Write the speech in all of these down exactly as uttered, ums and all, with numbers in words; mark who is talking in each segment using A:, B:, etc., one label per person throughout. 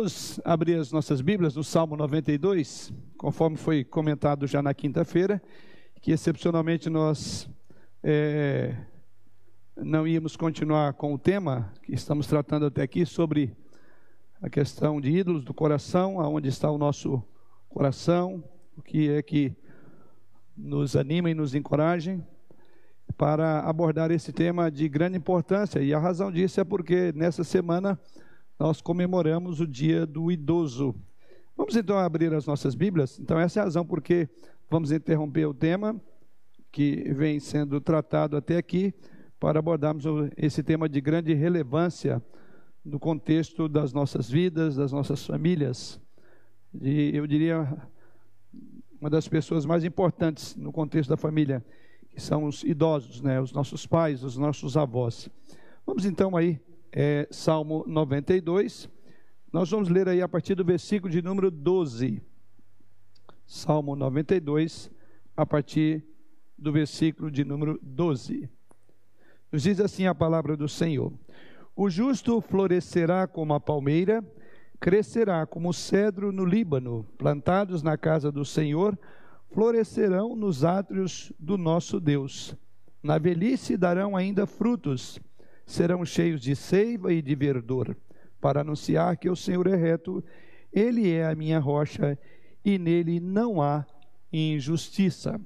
A: Vamos abrir as nossas Bíblias no Salmo noventa e dois, conforme foi comentado já na quinta-feira, que excepcionalmente nós é, não íamos continuar com o tema que estamos tratando até aqui sobre a questão de ídolos do coração, aonde está o nosso coração, o que é que nos anima e nos encoraja para abordar esse tema de grande importância. E a razão disso é porque nessa semana nós comemoramos o dia do idoso. Vamos então abrir as nossas Bíblias. Então essa é a razão porque vamos interromper o tema que vem sendo tratado até aqui para abordarmos esse tema de grande relevância no contexto das nossas vidas, das nossas famílias. E eu diria uma das pessoas mais importantes no contexto da família, que são os idosos, né? Os nossos pais, os nossos avós. Vamos então aí, é, Salmo noventa e dois, nós vamos ler aí a partir do versículo de número doze. Salmo noventa e dois, a partir do versículo de número doze. Nos diz assim a palavra do Senhor: o justo florescerá como a palmeira, crescerá como o cedro no Líbano, plantados na casa do Senhor, florescerão nos átrios do nosso Deus. Na velhice darão ainda frutos, serão cheios de seiva e de verdor, para anunciar que o Senhor é reto, Ele é a minha rocha, e nele não há injustiça.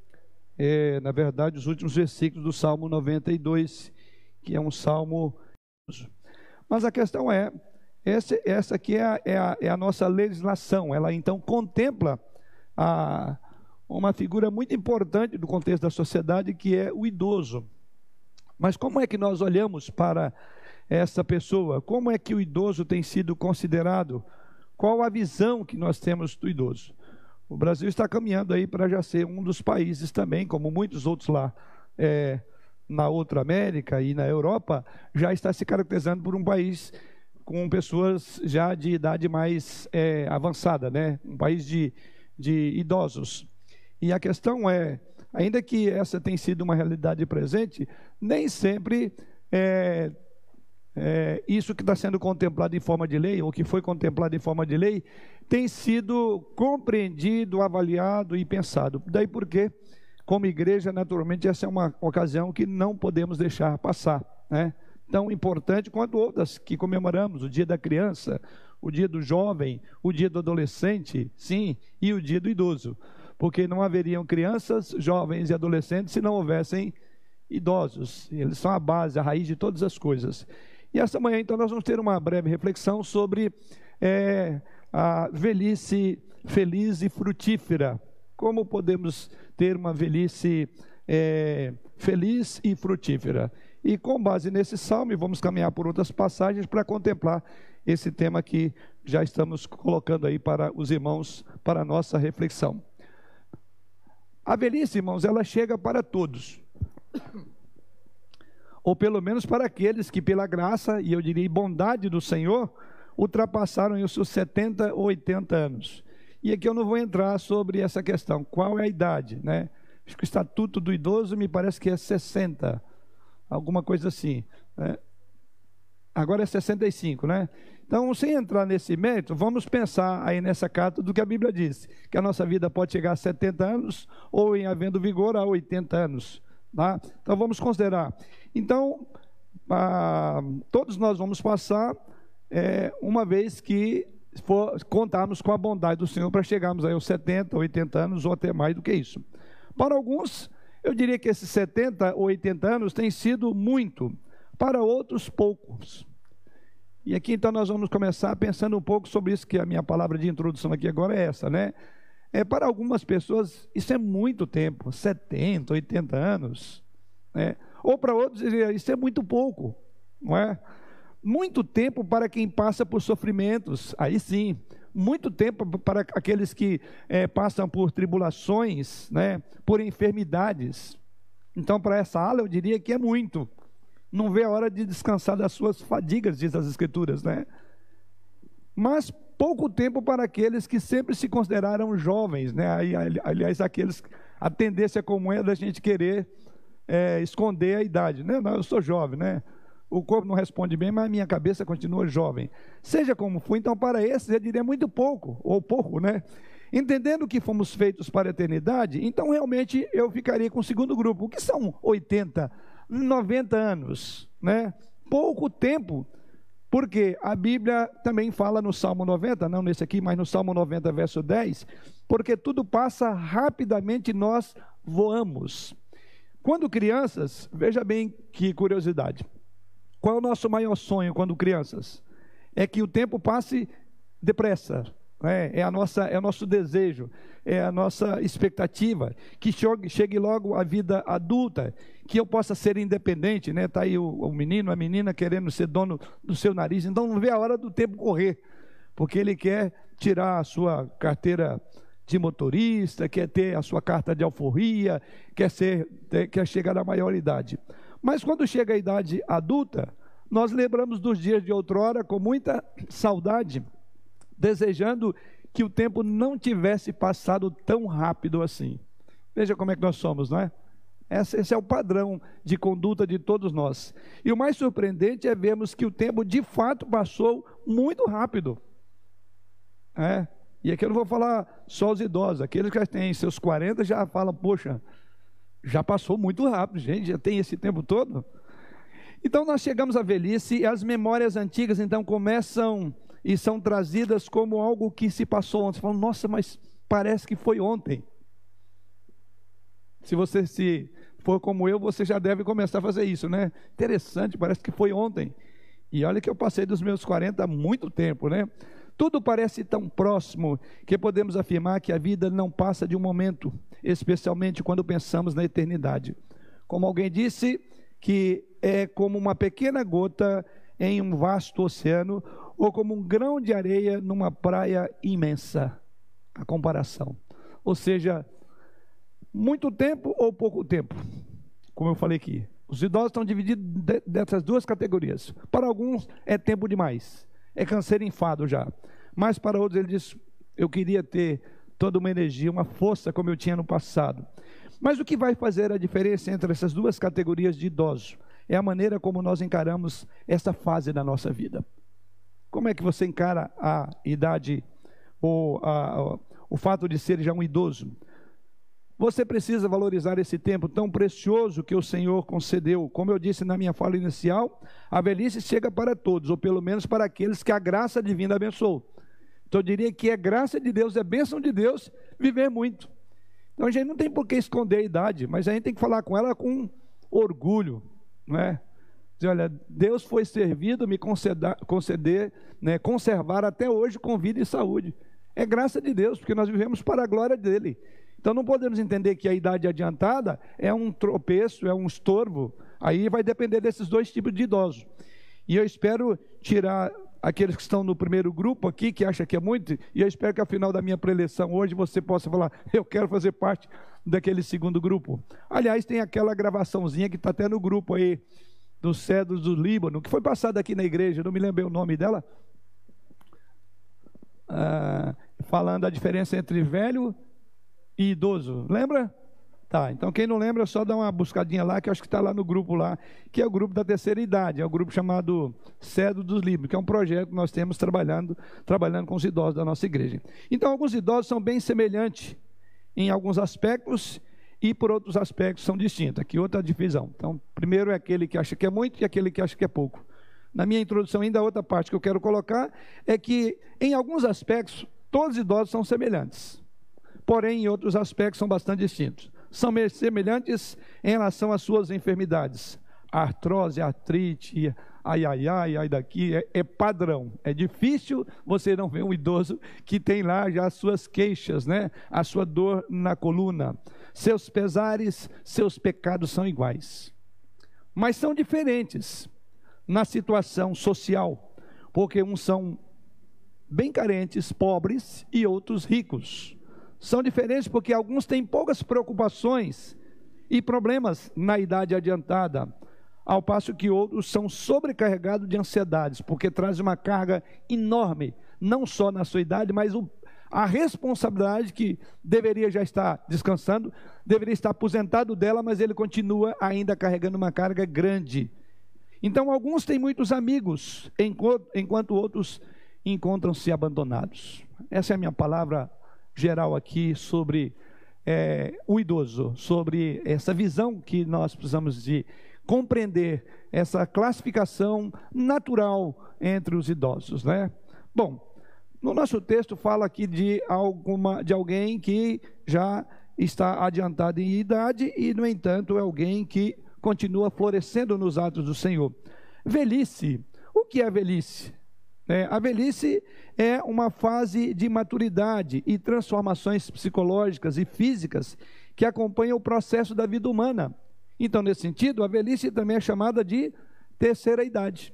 A: É, na verdade, os últimos versículos do Salmo noventa e dois, que é um salmo... Mas a questão é, essa, essa aqui é a, é, a, é a nossa legislação. Ela então contempla a, uma figura muito importante do contexto da sociedade, que é o idoso. Mas como é que nós olhamos para essa pessoa? Como é que o idoso tem sido considerado? Qual a visão que nós temos do idoso? O Brasil está caminhando aí para já ser um dos países também, como muitos outros lá, é, na outra América e na Europa, já está se caracterizando por um país com pessoas já de idade mais é, avançada, né? Um país de, de idosos. E a questão é, ainda que essa tenha sido uma realidade presente, nem sempre é, é, isso que está sendo contemplado em forma de lei, ou que foi contemplado em forma de lei, tem sido compreendido, avaliado e pensado. Daí porque, como igreja, naturalmente, essa é uma ocasião que não podemos deixar passar, né? Tão importante quanto outras que comemoramos, o dia da criança, o dia do jovem, o dia do adolescente, sim, e o dia do idoso. Porque não haveriam crianças, jovens e adolescentes se não houvessem idosos. Eles são a base, a raiz de todas as coisas. E essa manhã, então, nós vamos ter uma breve reflexão sobre é, a velhice feliz e frutífera. Como podemos ter uma velhice é, feliz e frutífera? E com base nesse salmo, vamos caminhar por outras passagens para contemplar esse tema que já estamos colocando aí para os irmãos, para a nossa reflexão. A velhice, irmãos, ela chega para todos, ou pelo menos para aqueles que pela graça, e eu diria bondade do Senhor, ultrapassaram os seus setenta ou oitenta anos. E aqui eu não vou entrar sobre essa questão, qual é a idade, né? Acho que o estatuto do idoso me parece que é sessenta, alguma coisa assim, né? Agora é sessenta e cinco, né? Então, sem entrar nesse mérito, vamos pensar aí nessa carta do que a Bíblia diz, que a nossa vida pode chegar a setenta anos, ou em havendo vigor a oitenta anos, tá? Então, vamos considerar. Então, ah, todos nós vamos passar, é, uma vez que for, contarmos com a bondade do Senhor para chegarmos aí aos setenta, oitenta anos, ou até mais do que isso. Para alguns, eu diria que esses setenta ou oitenta anos têm sido muito, para outros, poucos. E aqui, então, nós vamos começar pensando um pouco sobre isso, que a minha palavra de introdução aqui agora é essa, né? É, para algumas pessoas, isso é muito tempo, setenta, oitenta anos, né? Ou para outros, isso é muito pouco, não é? Muito tempo para quem passa por sofrimentos, aí sim. Muito tempo para aqueles que é, passam por tribulações, né? Por enfermidades. Então, para essa ala, eu diria que é muito. Não vê a hora de descansar das suas fadigas, diz as Escrituras, né? Mas pouco tempo para aqueles que sempre se consideraram jovens, né? Aliás, aqueles, a tendência comum é da gente querer é, esconder a idade, né? Não, eu sou jovem, né? o corpo não responde bem, mas a minha cabeça continua jovem. Seja como for, então para esses eu diria muito pouco, ou pouco, né? Entendendo que fomos feitos para a eternidade, então realmente eu ficaria com o segundo grupo. O que são oitenta, noventa anos, né? Pouco tempo, porque a Bíblia também fala no Salmo noventa, não nesse aqui, mas no Salmo noventa, verso dez, porque tudo passa rapidamente e nós voamos. Quando crianças, veja bem que curiosidade, qual é o nosso maior sonho quando crianças? É que o tempo passe depressa. É, é, a nossa, é o nosso desejo, é a nossa expectativa, que chegue, chegue logo a vida adulta, que eu possa ser independente, né? Está aí o, o menino, a menina querendo ser dono do seu nariz, então não vê a hora do tempo correr, porque ele quer tirar a sua carteira de motorista, quer ter a sua carta de alforria, quer, ser, quer chegar à maioridade. Mas quando chega a idade adulta, nós lembramos dos dias de outrora com muita saudade, desejando que o tempo não tivesse passado tão rápido assim. Veja como é que nós somos, não é? Esse, esse é o padrão de conduta de todos nós. E o mais surpreendente é vermos que o tempo de fato passou muito rápido. É. E aqui eu não vou falar só os idosos, aqueles que têm seus quarenta já falam, poxa, já passou muito rápido, gente, já tem esse tempo todo. Então nós chegamos à velhice e as memórias antigas então começam e são trazidas como algo que se passou ontem. Você fala, nossa, mas parece que foi ontem. Se você se for como eu, você já deve começar a fazer isso, né? Interessante, parece que foi ontem. E olha que eu passei dos meus quarenta há muito tempo, né? Tudo parece tão próximo que podemos afirmar que a vida não passa de um momento, especialmente quando pensamos na eternidade. Como alguém disse, que é como uma pequena gota em um vasto oceano, ou como um grão de areia numa praia imensa. A comparação. Ou seja, muito tempo ou pouco tempo. Como eu falei aqui. Os idosos estão divididos de, dessas duas categorias. Para alguns é tempo demais. É canseiro e enfado já. Mas para outros ele diz, eu queria ter toda uma energia, uma força como eu tinha no passado. Mas o que vai fazer a diferença entre essas duas categorias de idosos? É a maneira como nós encaramos essa fase da nossa vida. Como é que você encara a idade, ou a, a, o fato de ser já um idoso? Você precisa valorizar esse tempo tão precioso que o Senhor concedeu. Como eu disse na minha fala inicial, a velhice chega para todos, ou pelo menos para aqueles que a graça divina abençoou. Então eu diria que é graça de Deus, é bênção de Deus viver muito. Então a gente não tem por que esconder a idade, mas a gente tem que falar com ela com orgulho, não é? Dizer, olha, Deus foi servido me conceder, conceder né, conservar até hoje com vida e saúde. É graça de Deus, porque nós vivemos para a glória dele. Então não podemos entender que a idade adiantada é um tropeço, é um estorvo. Aí vai depender desses dois tipos de idosos. E eu espero tirar aqueles que estão no primeiro grupo aqui, que acham que é muito, e eu espero que ao final da minha preleção hoje você possa falar, eu quero fazer parte daquele segundo grupo. Aliás, tem aquela gravaçãozinha que está até no grupo aí, dos cedros do Líbano, que foi passada aqui na igreja, não me lembrei o nome dela, ah, falando a diferença entre velho e idoso, lembra? Tá, então quem não lembra, só dá uma buscadinha lá, que eu acho que está lá no grupo lá, que é o grupo da terceira idade, é o grupo chamado Cedro dos Líbanos, que é um projeto que nós temos trabalhando, trabalhando com os idosos da nossa igreja. Então alguns idosos são bem semelhantes em alguns aspectos, e por outros aspectos são distintos. Aqui outra divisão. Então, primeiro é aquele que acha que é muito e aquele que acha que é pouco. Na minha introdução, ainda a outra parte que eu quero colocar é que, em alguns aspectos, todos os idosos são semelhantes. Porém, em outros aspectos, são bastante distintos. São semelhantes em relação às suas enfermidades. A artrose, a artrite, ai, ai, ai, ai daqui, é, é padrão. É difícil você não ver um idoso que tem lá já as suas queixas, né? A sua dor na coluna. Seus pesares, seus pecados são iguais. Mas são diferentes na situação social, porque uns são bem carentes, pobres, e outros ricos. São diferentes porque alguns têm poucas preocupações e problemas na idade adiantada, ao passo que outros são sobrecarregados de ansiedades, porque traz uma carga enorme, não só na sua idade, mas o, a responsabilidade que deveria já estar descansando, deveria estar aposentado dela, mas ele continua ainda carregando uma carga grande. Então, alguns têm muitos amigos, enquanto outros encontram-se abandonados. Essa é a minha palavra geral aqui sobre é, o idoso, sobre essa visão que nós precisamos de compreender, essa classificação natural entre os idosos, né? Bom, no nosso texto fala aqui de, alguma, de alguém que já está adiantado em idade e, no entanto, é alguém que continua florescendo nos atos do Senhor. Velhice. O que é a velhice? É, a velhice é uma fase de maturidade e transformações psicológicas e físicas que acompanham o processo da vida humana. Então, nesse sentido, a velhice também é chamada de terceira idade.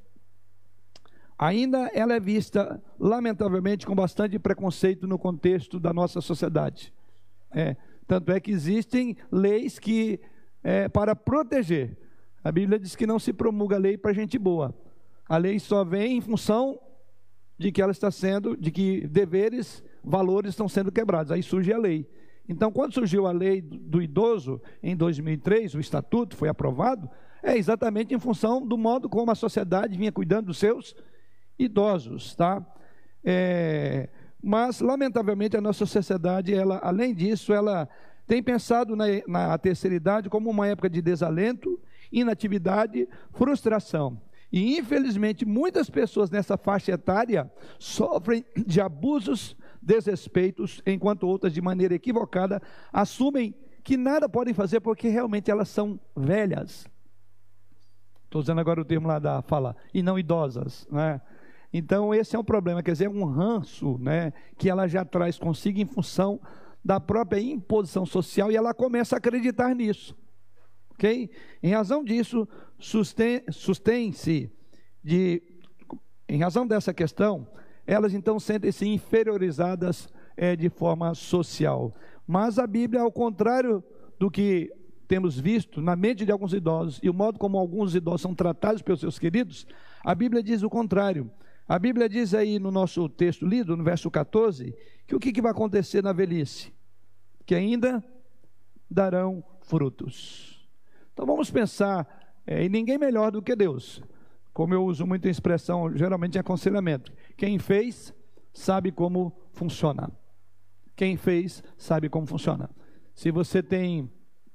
A: Ainda ela é vista, lamentavelmente, com bastante preconceito no contexto da nossa sociedade. É, tanto é que existem leis que, é, para proteger, a Bíblia diz que não se promulga lei para gente boa. A lei só vem em função de que ela está sendo, de que deveres, valores estão sendo quebrados. Aí surge a lei. Então, quando surgiu a lei do idoso, em dois mil e três, o estatuto foi aprovado, é exatamente em função do modo como a sociedade vinha cuidando dos seus idosos, tá? É, mas, lamentavelmente, a nossa sociedade, ela, além disso, ela tem pensado na, na terceira idade como uma época de desalento, inatividade, frustração. E, infelizmente, muitas pessoas nessa faixa etária sofrem de abusos, desrespeitos, enquanto outras, de maneira equivocada, assumem que nada podem fazer porque realmente elas são velhas. Estou usando agora o termo lá da fala, e não idosas, né? Então, esse é um problema, quer dizer, é um ranço, né, que ela já traz consigo em função da própria imposição social e ela começa a acreditar nisso. Ok? Em razão disso, sustém-se de, em razão dessa questão, elas então sentem-se inferiorizadas é, de forma social. Mas a Bíblia, ao contrário do que temos visto na mente de alguns idosos e o modo como alguns idosos são tratados pelos seus queridos, a Bíblia diz o contrário. A Bíblia diz aí no nosso texto lido, no verso quatorze, que o que, que vai acontecer na velhice? Que ainda darão frutos. Então vamos pensar, é, e ninguém melhor do que Deus, como eu uso muito a expressão, geralmente em aconselhamento, quem fez, sabe como funciona. Quem fez, sabe como funciona. Se você tem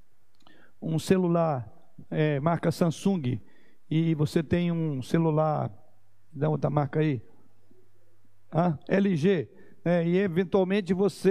A: um celular, é, marca Samsung, e você tem um celular, dá outra marca aí, ah, L G, é, e eventualmente você,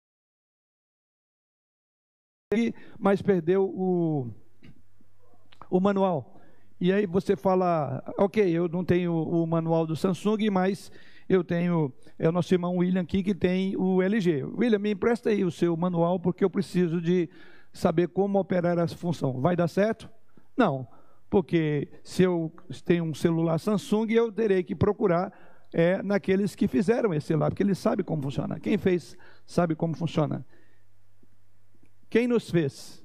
A: mas perdeu o, o manual. E aí você fala, ok, eu não tenho o manual do Samsung, mas eu tenho, é o nosso irmão William aqui que tem o L G. William, me empresta aí o seu manual, porque eu preciso de saber como operar essa função. Vai dar certo? Não, porque se eu tenho um celular Samsung, eu terei que procurar é, naqueles que fizeram esse celular, porque eles sabem como funciona. Quem fez sabe como funciona. Quem nos fez?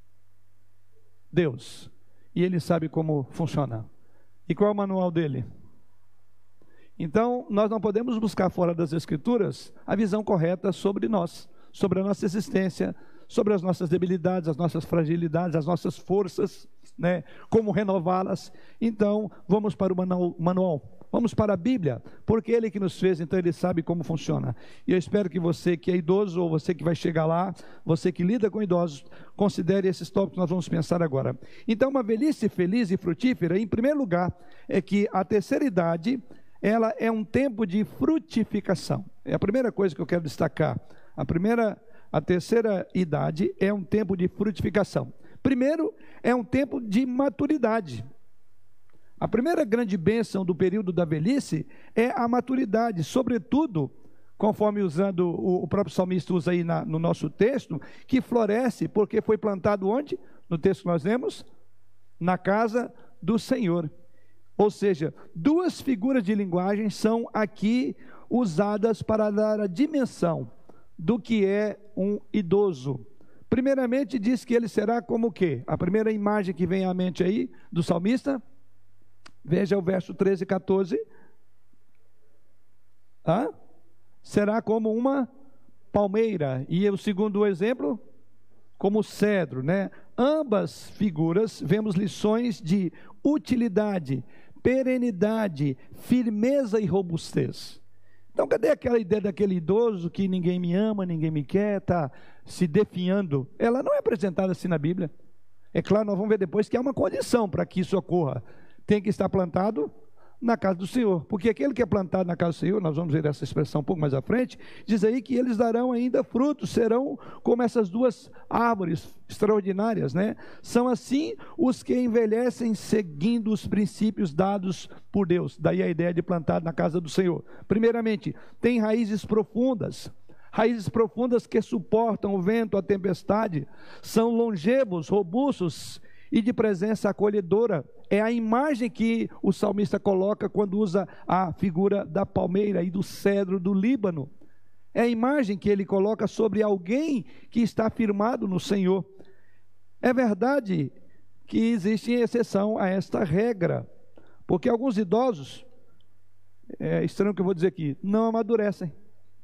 A: Deus. E Ele sabe como funciona. E qual é o manual dele? Então, nós não podemos buscar fora das Escrituras a visão correta sobre nós, sobre a nossa existência, sobre as nossas debilidades, as nossas fragilidades, as nossas forças, né? Como renová-las. Então, vamos para o manual. Vamos para a Bíblia, porque Ele que nos fez, então Ele sabe como funciona. E eu espero que você que é idoso, ou você que vai chegar lá, você que lida com idosos, considere esses tópicos que nós vamos pensar agora. Então, uma velhice feliz e frutífera, em primeiro lugar, é que a terceira idade, ela é um tempo de frutificação. É a primeira coisa que eu quero destacar. A primeira, a terceira idade é um tempo de frutificação. Primeiro, é um tempo de maturidade. A primeira grande bênção do período da velhice é a maturidade, sobretudo, conforme usando o, o próprio salmista usa aí na, no nosso texto, que floresce porque foi plantado onde? No texto que nós lemos? Na casa do Senhor. Ou seja, duas figuras de linguagem são aqui usadas para dar a dimensão do que é um idoso. Primeiramente diz que ele será como o quê? A primeira imagem que vem à mente aí do salmista, veja o verso treze e quatorze. Hã? Será como uma palmeira. E o segundo exemplo, como o cedro, né? Ambas figuras vemos lições de utilidade, perenidade, firmeza e robustez. Então, cadê aquela ideia daquele idoso que ninguém me ama, ninguém me quer, está se definhando? Ela não é apresentada assim na Bíblia. É claro, nós vamos ver depois que há uma condição para que isso ocorra. Tem que estar plantado na casa do Senhor, porque aquele que é plantado na casa do Senhor, nós vamos ver essa expressão um pouco mais à frente, diz aí que eles darão ainda frutos, serão como essas duas árvores extraordinárias, né? São assim os que envelhecem seguindo os princípios dados por Deus. Daí a ideia de plantado na casa do Senhor. Primeiramente, tem raízes profundas, raízes profundas que suportam o vento, a tempestade, são longevos, robustos e de presença acolhedora. É a imagem que o salmista coloca quando usa a figura da palmeira e do cedro do Líbano. É a imagem que ele coloca sobre alguém que está firmado no Senhor. É verdade que existe exceção a esta regra, porque alguns idosos, é estranho o que eu vou dizer aqui, não amadurecem.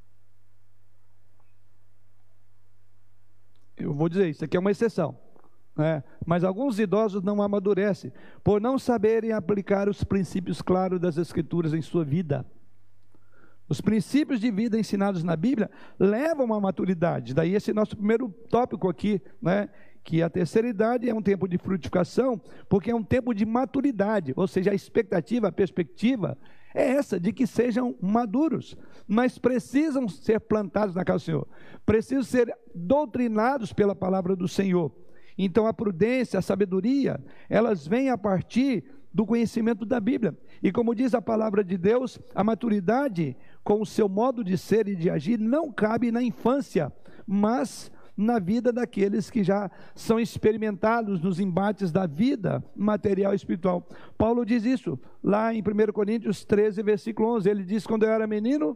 A: Eu vou dizer, isso aqui é uma exceção. É, mas alguns idosos não amadurecem por não saberem aplicar os princípios claros das Escrituras em sua vida. Os princípios de vida ensinados na Bíblia levam à maturidade. Daí esse nosso primeiro tópico aqui, né, que a terceira idade é um tempo de frutificação, porque é um tempo de maturidade, ou seja, a expectativa, a perspectiva é essa, de que sejam maduros, mas precisam ser plantados na casa do Senhor, precisam ser doutrinados pela palavra do Senhor. Então a prudência, a sabedoria, elas vêm a partir do conhecimento da Bíblia. E como diz a palavra de Deus, a maturidade, com o seu modo de ser e de agir, não cabe na infância, mas na vida daqueles que já são experimentados nos embates da vida material e espiritual. Paulo diz isso lá em primeira Coríntios treze, versículo onze. Ele diz: quando eu era menino,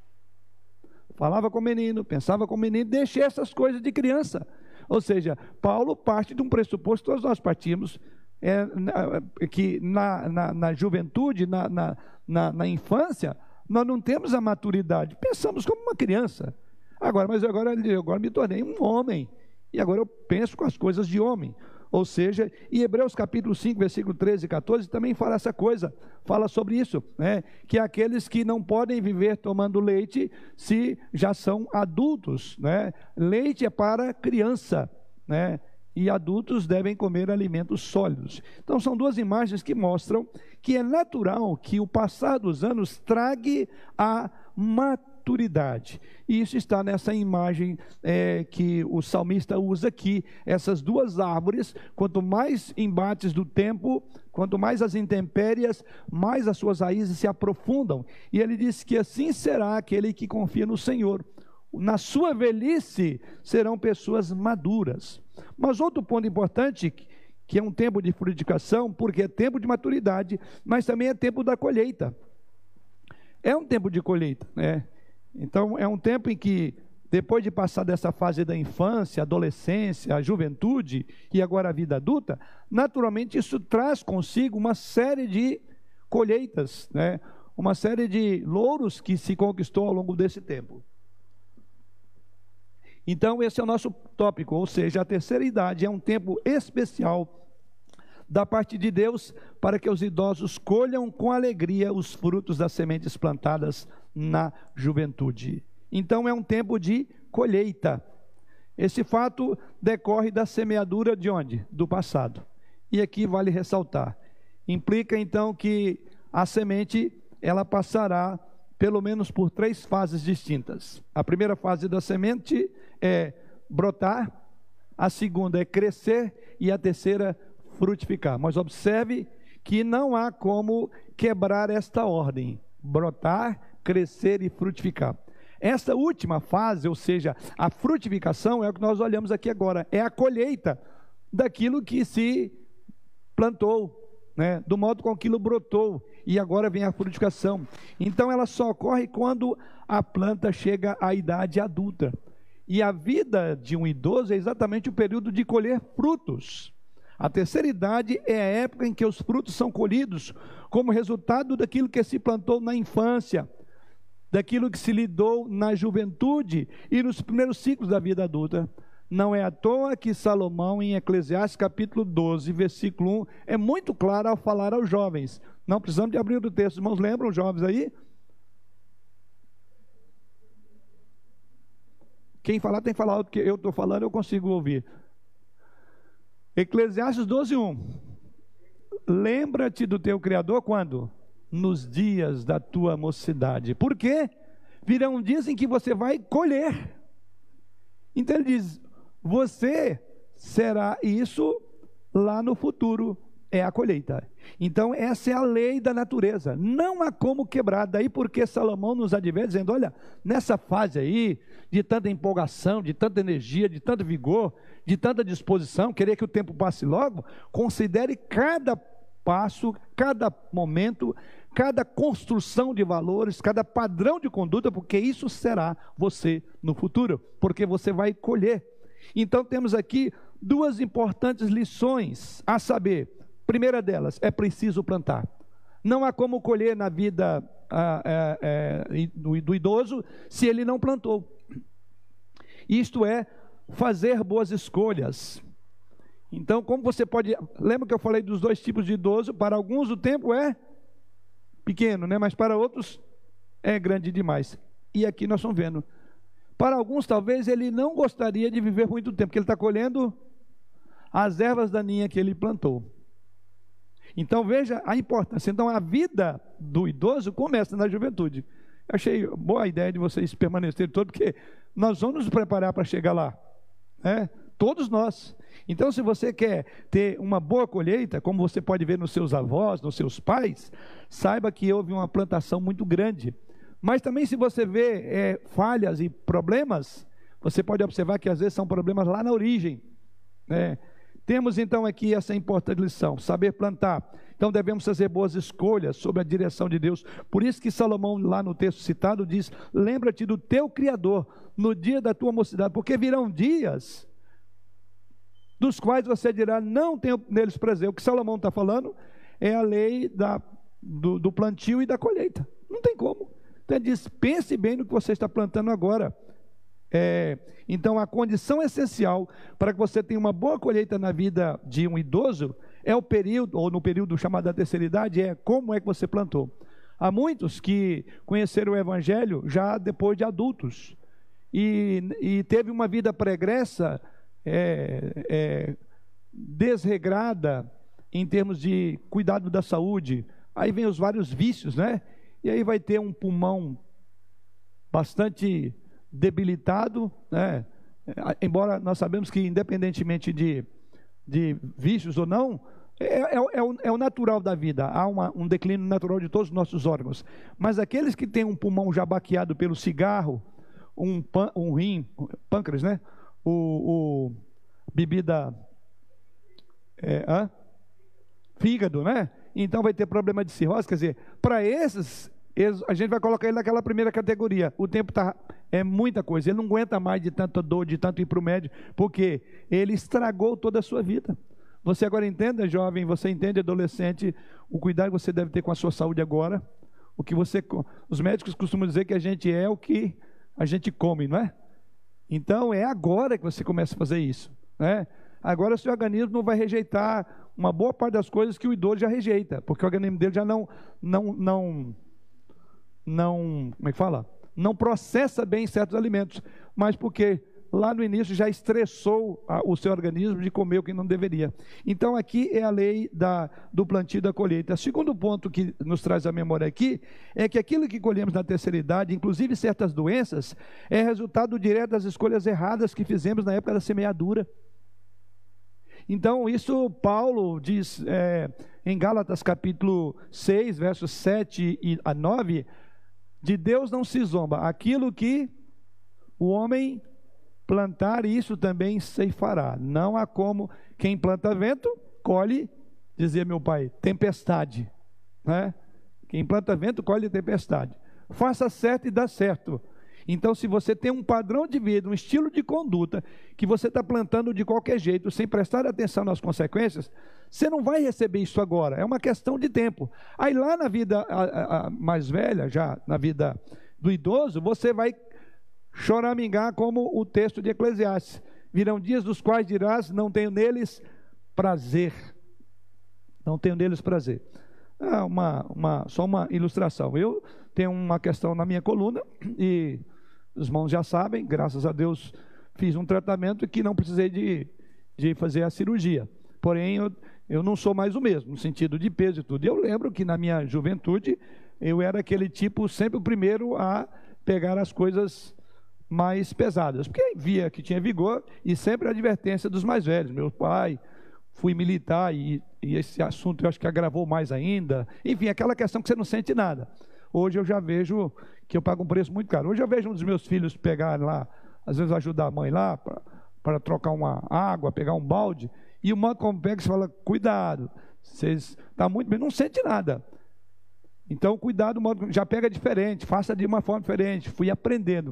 A: falava com menino, pensava com menino, deixei essas coisas de criança. Ou seja, Paulo parte de um pressuposto, todos nós partimos, é, na, que na, na, na juventude, na, na, na, na infância, nós não temos a maturidade, pensamos como uma criança. Agora, mas agora, agora me tornei um homem, e agora eu penso com as coisas de homem. Ou seja, em Hebreus capítulo cinco, versículo treze e quatorze, também fala essa coisa, fala sobre isso, né? Que aqueles que não podem viver tomando leite, se já são adultos, né? Leite é para criança, né? E adultos devem comer alimentos sólidos. Então são duas imagens que mostram que é natural que o passar dos anos trague a maturidade. E isso está nessa imagem é, que o salmista usa aqui, essas duas árvores, quanto mais embates do tempo, quanto mais as intempéries, mais as suas raízes se aprofundam. E ele diz que assim será aquele que confia no Senhor. Na sua velhice serão pessoas maduras. Mas outro ponto importante, que é um tempo de frutificação, porque é tempo de maturidade, mas também é tempo da colheita. É um tempo de colheita, né? Então é um tempo em que, depois de passar dessa fase da infância, adolescência, a juventude e agora a vida adulta, naturalmente isso traz consigo uma série de colheitas, né? Uma série de louros que se conquistou ao longo desse tempo. Então esse é o nosso tópico, ou seja, a terceira idade é um tempo especial da parte de Deus para que os idosos colham com alegria os frutos das sementes plantadas na juventude. Então é um tempo de colheita. Esse fato decorre da semeadura de onde? Do passado. E aqui vale ressaltar, implica então que a semente ela passará pelo menos por três fases distintas. A primeira fase da semente é brotar, a segunda é crescer e a terceira frutificar. Mas observe que não há como quebrar esta ordem: brotar, crescer e frutificar. Esta última fase, ou seja, a frutificação, é o que nós olhamos aqui agora, é a colheita daquilo que se plantou, né? Do modo com que aquilo brotou, e agora vem a frutificação. Então ela só ocorre quando a planta chega à idade adulta. E a vida de um idoso é exatamente o período de colher frutos. A terceira idade é a época em que os frutos são colhidos como resultado daquilo que se plantou na infância, daquilo que se lidou na juventude e nos primeiros ciclos da vida adulta. Não é à toa que Salomão, em Eclesiastes capítulo doze, versículo um, é muito claro ao falar aos jovens. Não precisamos de abrir o texto. Irmãos, lembram os jovens aí? Quem falar tem que falar alto, porque eu estou falando, eu consigo ouvir. Eclesiastes doze, um. Lembra-te do teu Criador quando? Nos dias da tua mocidade. Por quê? Virão dias em que você vai colher. Então ele diz, você será isso lá no futuro, é a colheita. Então essa é a lei da natureza, não há como quebrar. Daí porque Salomão nos adverte dizendo, olha, nessa fase aí, de tanta empolgação, de tanta energia, de tanto vigor, de tanta disposição, querer que o tempo passe logo, considere cada passo, cada momento, cada construção de valores, cada padrão de conduta, porque isso será você no futuro, porque você vai colher. Então temos aqui duas importantes lições, a saber, primeira delas, é preciso plantar. Não há como colher na vida ah, é, é, do, do idoso se ele não plantou. Isto é, fazer boas escolhas. Então, como você pode... Lembra que eu falei dos dois tipos de idoso? Para alguns o tempo é pequeno, né? Mas para outros é grande demais. E aqui nós estamos vendo. Para alguns, talvez, ele não gostaria de viver muito tempo, porque ele está colhendo as ervas daninhas que ele plantou. Então, veja a importância. Então, a vida do idoso começa na juventude. Eu achei boa a ideia de vocês permanecerem todos, porque nós vamos nos preparar para chegar lá, né? Todos nós. Então, se você quer ter uma boa colheita, como você pode ver nos seus avós, nos seus pais, saiba que houve uma plantação muito grande. Mas também, se você vê é, falhas e problemas, você pode observar que às vezes são problemas lá na origem, né? Temos então aqui essa importante lição, saber plantar. Então devemos fazer boas escolhas sob a direção de Deus. Por isso que Salomão, lá no texto citado, diz, lembra-te do teu Criador no dia da tua mocidade, porque virão dias dos quais você dirá, não tenho neles prazer. O que Salomão está falando é a lei da, do, do plantio e da colheita. Não tem como. Então ele diz, pense bem no que você está plantando agora. É, então a condição essencial para que você tenha uma boa colheita na vida de um idoso é o período, ou no período chamado da terceira idade, é como é que você plantou. Há muitos que conheceram o Evangelho já depois de adultos e, e teve uma vida pregressa é, é, desregrada em termos de cuidado da saúde. Aí vem os vários vícios, né? E aí vai ter um pulmão bastante debilitado, né? Embora nós sabemos que independentemente de, de vícios ou não, é, é, é, o, é o natural da vida, há uma, um declínio natural de todos os nossos órgãos, mas aqueles que têm um pulmão já baqueado pelo cigarro, um, pan, um rim, pâncreas, né? O, o bebida é, hã? fígado, né? Então vai ter problema de cirrose, quer dizer, para esses a gente vai colocar ele naquela primeira categoria. O tempo tá, é muita coisa, ele não aguenta mais de tanta dor, de tanto ir para o médico, porque ele estragou toda a sua vida. Você agora entende, jovem, você entende, adolescente, o cuidado que você deve ter com a sua saúde agora. O que você, os médicos costumam dizer que a gente é o que a gente come, não é? Então é agora que você começa a fazer isso, né? Agora o seu organismo não vai rejeitar uma boa parte das coisas que o idoso já rejeita, porque o organismo dele já não, não, não não, como é que fala? Não processa bem certos alimentos, mas porque lá no início já estressou a, o seu organismo de comer o que não deveria. Então aqui é a lei da, do plantio e da colheita. O segundo ponto que nos traz a memória aqui, é que aquilo que colhemos na terceira idade, inclusive certas doenças, é resultado direto das escolhas erradas que fizemos na época da semeadura. Então isso Paulo diz é, em Gálatas capítulo seis, versos sete a nove, de Deus não se zomba, aquilo que o homem plantar, isso também ceifará. Não há como, quem planta vento, colhe, dizia meu pai, tempestade, né? Quem planta vento, colhe tempestade. Faça certo e dá certo. Então, se você tem um padrão de vida, um estilo de conduta, que você está plantando de qualquer jeito, sem prestar atenção nas consequências, você não vai receber isso agora, é uma questão de tempo. Aí lá na vida a, a, a mais velha, já na vida do idoso, você vai choramingar como o texto de Eclesiastes. Virão dias dos quais dirás, não tenho neles prazer. Não tenho neles prazer. Ah, uma, uma, só uma ilustração. Eu tenho uma questão na minha coluna, e os irmãos já sabem, graças a Deus, fiz um tratamento que não precisei de, de fazer a cirurgia. Porém, eu, eu não sou mais o mesmo, no sentido de peso e tudo. Eu lembro que na minha juventude, eu era aquele tipo, sempre o primeiro a pegar as coisas mais pesadas, porque via que tinha vigor, e sempre a advertência dos mais velhos. Meu pai, fui militar, e, e esse assunto eu acho que agravou mais ainda. Enfim, aquela questão que você não sente nada. Hoje eu já vejo que eu pago um preço muito caro. Hoje eu vejo um dos meus filhos pegar lá, às vezes ajudar a mãe lá, para trocar uma água, pegar um balde, e o modo como pega, você fala, cuidado, vocês está muito bem, não sente nada. Então, cuidado, modo, já pega diferente, faça de uma forma diferente. Fui aprendendo.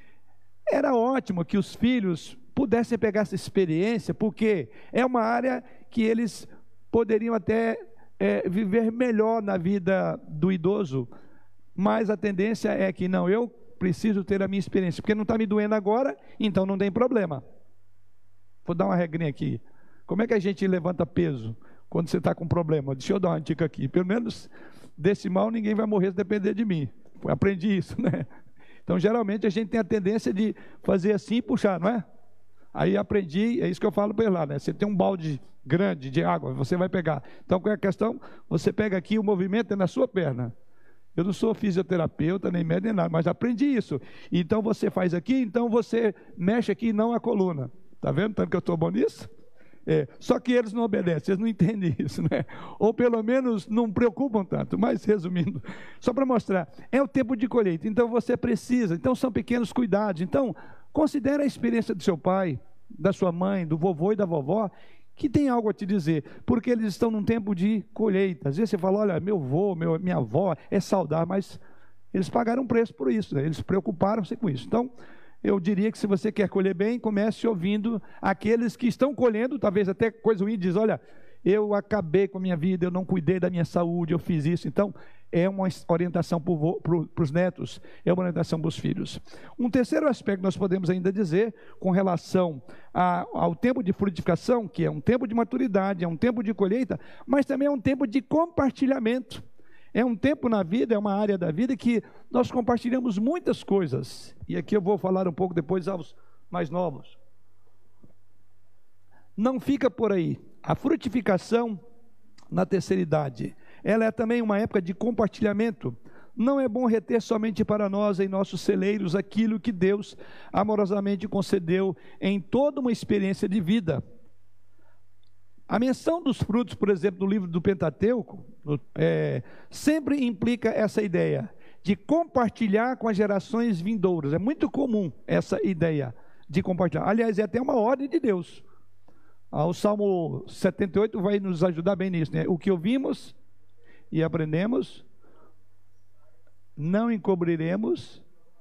A: Era ótimo que os filhos pudessem pegar essa experiência, porque é uma área que eles poderiam até é, viver melhor na vida do idoso, mas a tendência é que não, eu preciso ter a minha experiência, porque não está me doendo agora, então não tem problema. Vou dar uma regrinha aqui. Como é que a gente levanta peso quando você está com problema? Deixa eu dar uma dica aqui. Pelo menos desse mal ninguém vai morrer se depender de mim. Eu aprendi isso, né? Então, geralmente, a gente tem a tendência de fazer assim e puxar, não é? Aí aprendi, é isso que eu falo para ele lá, né? Você tem um balde grande de água, você vai pegar. Então, qual é a questão? Você pega aqui, o movimento é na sua perna. Eu não sou fisioterapeuta, nem médico, nem nada, mas aprendi isso. Então, você faz aqui, então você mexe aqui, não a coluna. Está vendo tanto que eu estou bom nisso? É, só que eles não obedecem, eles não entendem isso, né? Ou pelo menos não preocupam tanto. Mas resumindo, só para mostrar, é o tempo de colheita, então você precisa, então são pequenos cuidados. Então, considere a experiência do seu pai, da sua mãe, do vovô e da vovó, que tem algo a te dizer, porque eles estão num tempo de colheita. Às vezes você fala, olha, meu avô, meu, minha avó é saudável, mas eles pagaram um preço por isso, né? Eles preocuparam-se com isso. Então, eu diria que se você quer colher bem, comece ouvindo aqueles que estão colhendo, talvez até coisa ruim, diz, olha, eu acabei com a minha vida, eu não cuidei da minha saúde, eu fiz isso. Então, é uma orientação para os netos, é uma orientação para os filhos. Um terceiro aspecto que nós podemos ainda dizer, com relação a, ao tempo de frutificação, que é um tempo de maturidade, é um tempo de colheita, mas também é um tempo de compartilhamento. É um tempo na vida, é uma área da vida que nós compartilhamos muitas coisas. E aqui eu vou falar um pouco depois aos mais novos. Não fica por aí. A frutificação na terceira idade, ela é também uma época de compartilhamento. Não é bom reter somente para nós, em nossos celeiros, aquilo que Deus amorosamente concedeu em toda uma experiência de vida. A menção dos frutos, por exemplo, do livro do Pentateuco, é, sempre implica essa ideia de compartilhar com as gerações vindouras. É muito comum essa ideia de compartilhar. Aliás, é até uma ordem de Deus. Ah, o Salmo setenta e oito vai nos ajudar bem nisso, né? O que ouvimos e aprendemos, não encobriremos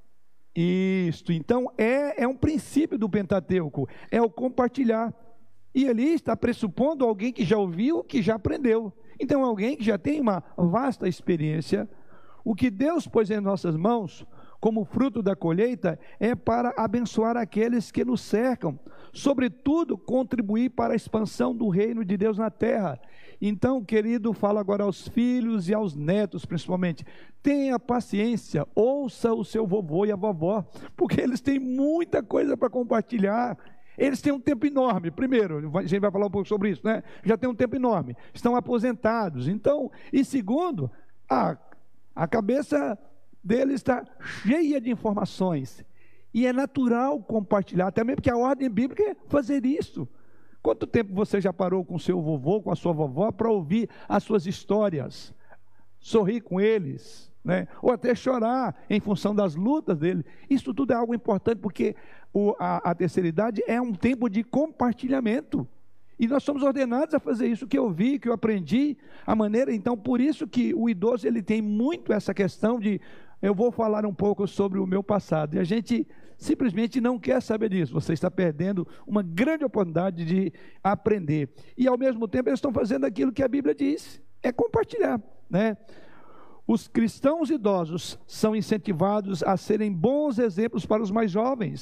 A: isto. Então, é, é um princípio do Pentateuco, é o compartilhar. E ali está pressupondo alguém que já ouviu, que já aprendeu. Então, alguém que já tem uma vasta experiência. O que Deus pôs em nossas mãos, como fruto da colheita, é para abençoar aqueles que nos cercam. Sobretudo, contribuir para a expansão do reino de Deus na terra. Então, querido, falo agora aos filhos e aos netos, principalmente. Tenha paciência, ouça o seu vovô e a vovó, porque eles têm muita coisa para compartilhar. Eles têm um tempo enorme. Primeiro, a gente vai falar um pouco sobre isso, né? Já tem um tempo enorme, estão aposentados. Então, e segundo, a, a cabeça deles está cheia de informações, e é natural compartilhar, também porque a ordem bíblica é fazer isso. Quanto tempo você já parou com o seu vovô, com a sua vovó, para ouvir as suas histórias, sorrir com eles, né? Ou até chorar em função das lutas dele? Isso tudo é algo importante, porque o, a, a terceira idade é um tempo de compartilhamento, e nós somos ordenados a fazer isso, que eu vi, que eu aprendi, a maneira. Então, por isso que o idoso, ele tem muito essa questão de, eu vou falar um pouco sobre o meu passado, e a gente simplesmente não quer saber disso. Você está perdendo uma grande oportunidade de aprender, e ao mesmo tempo eles estão fazendo aquilo que a Bíblia diz, é compartilhar, né? Os cristãos idosos são incentivados a serem bons exemplos para os mais jovens,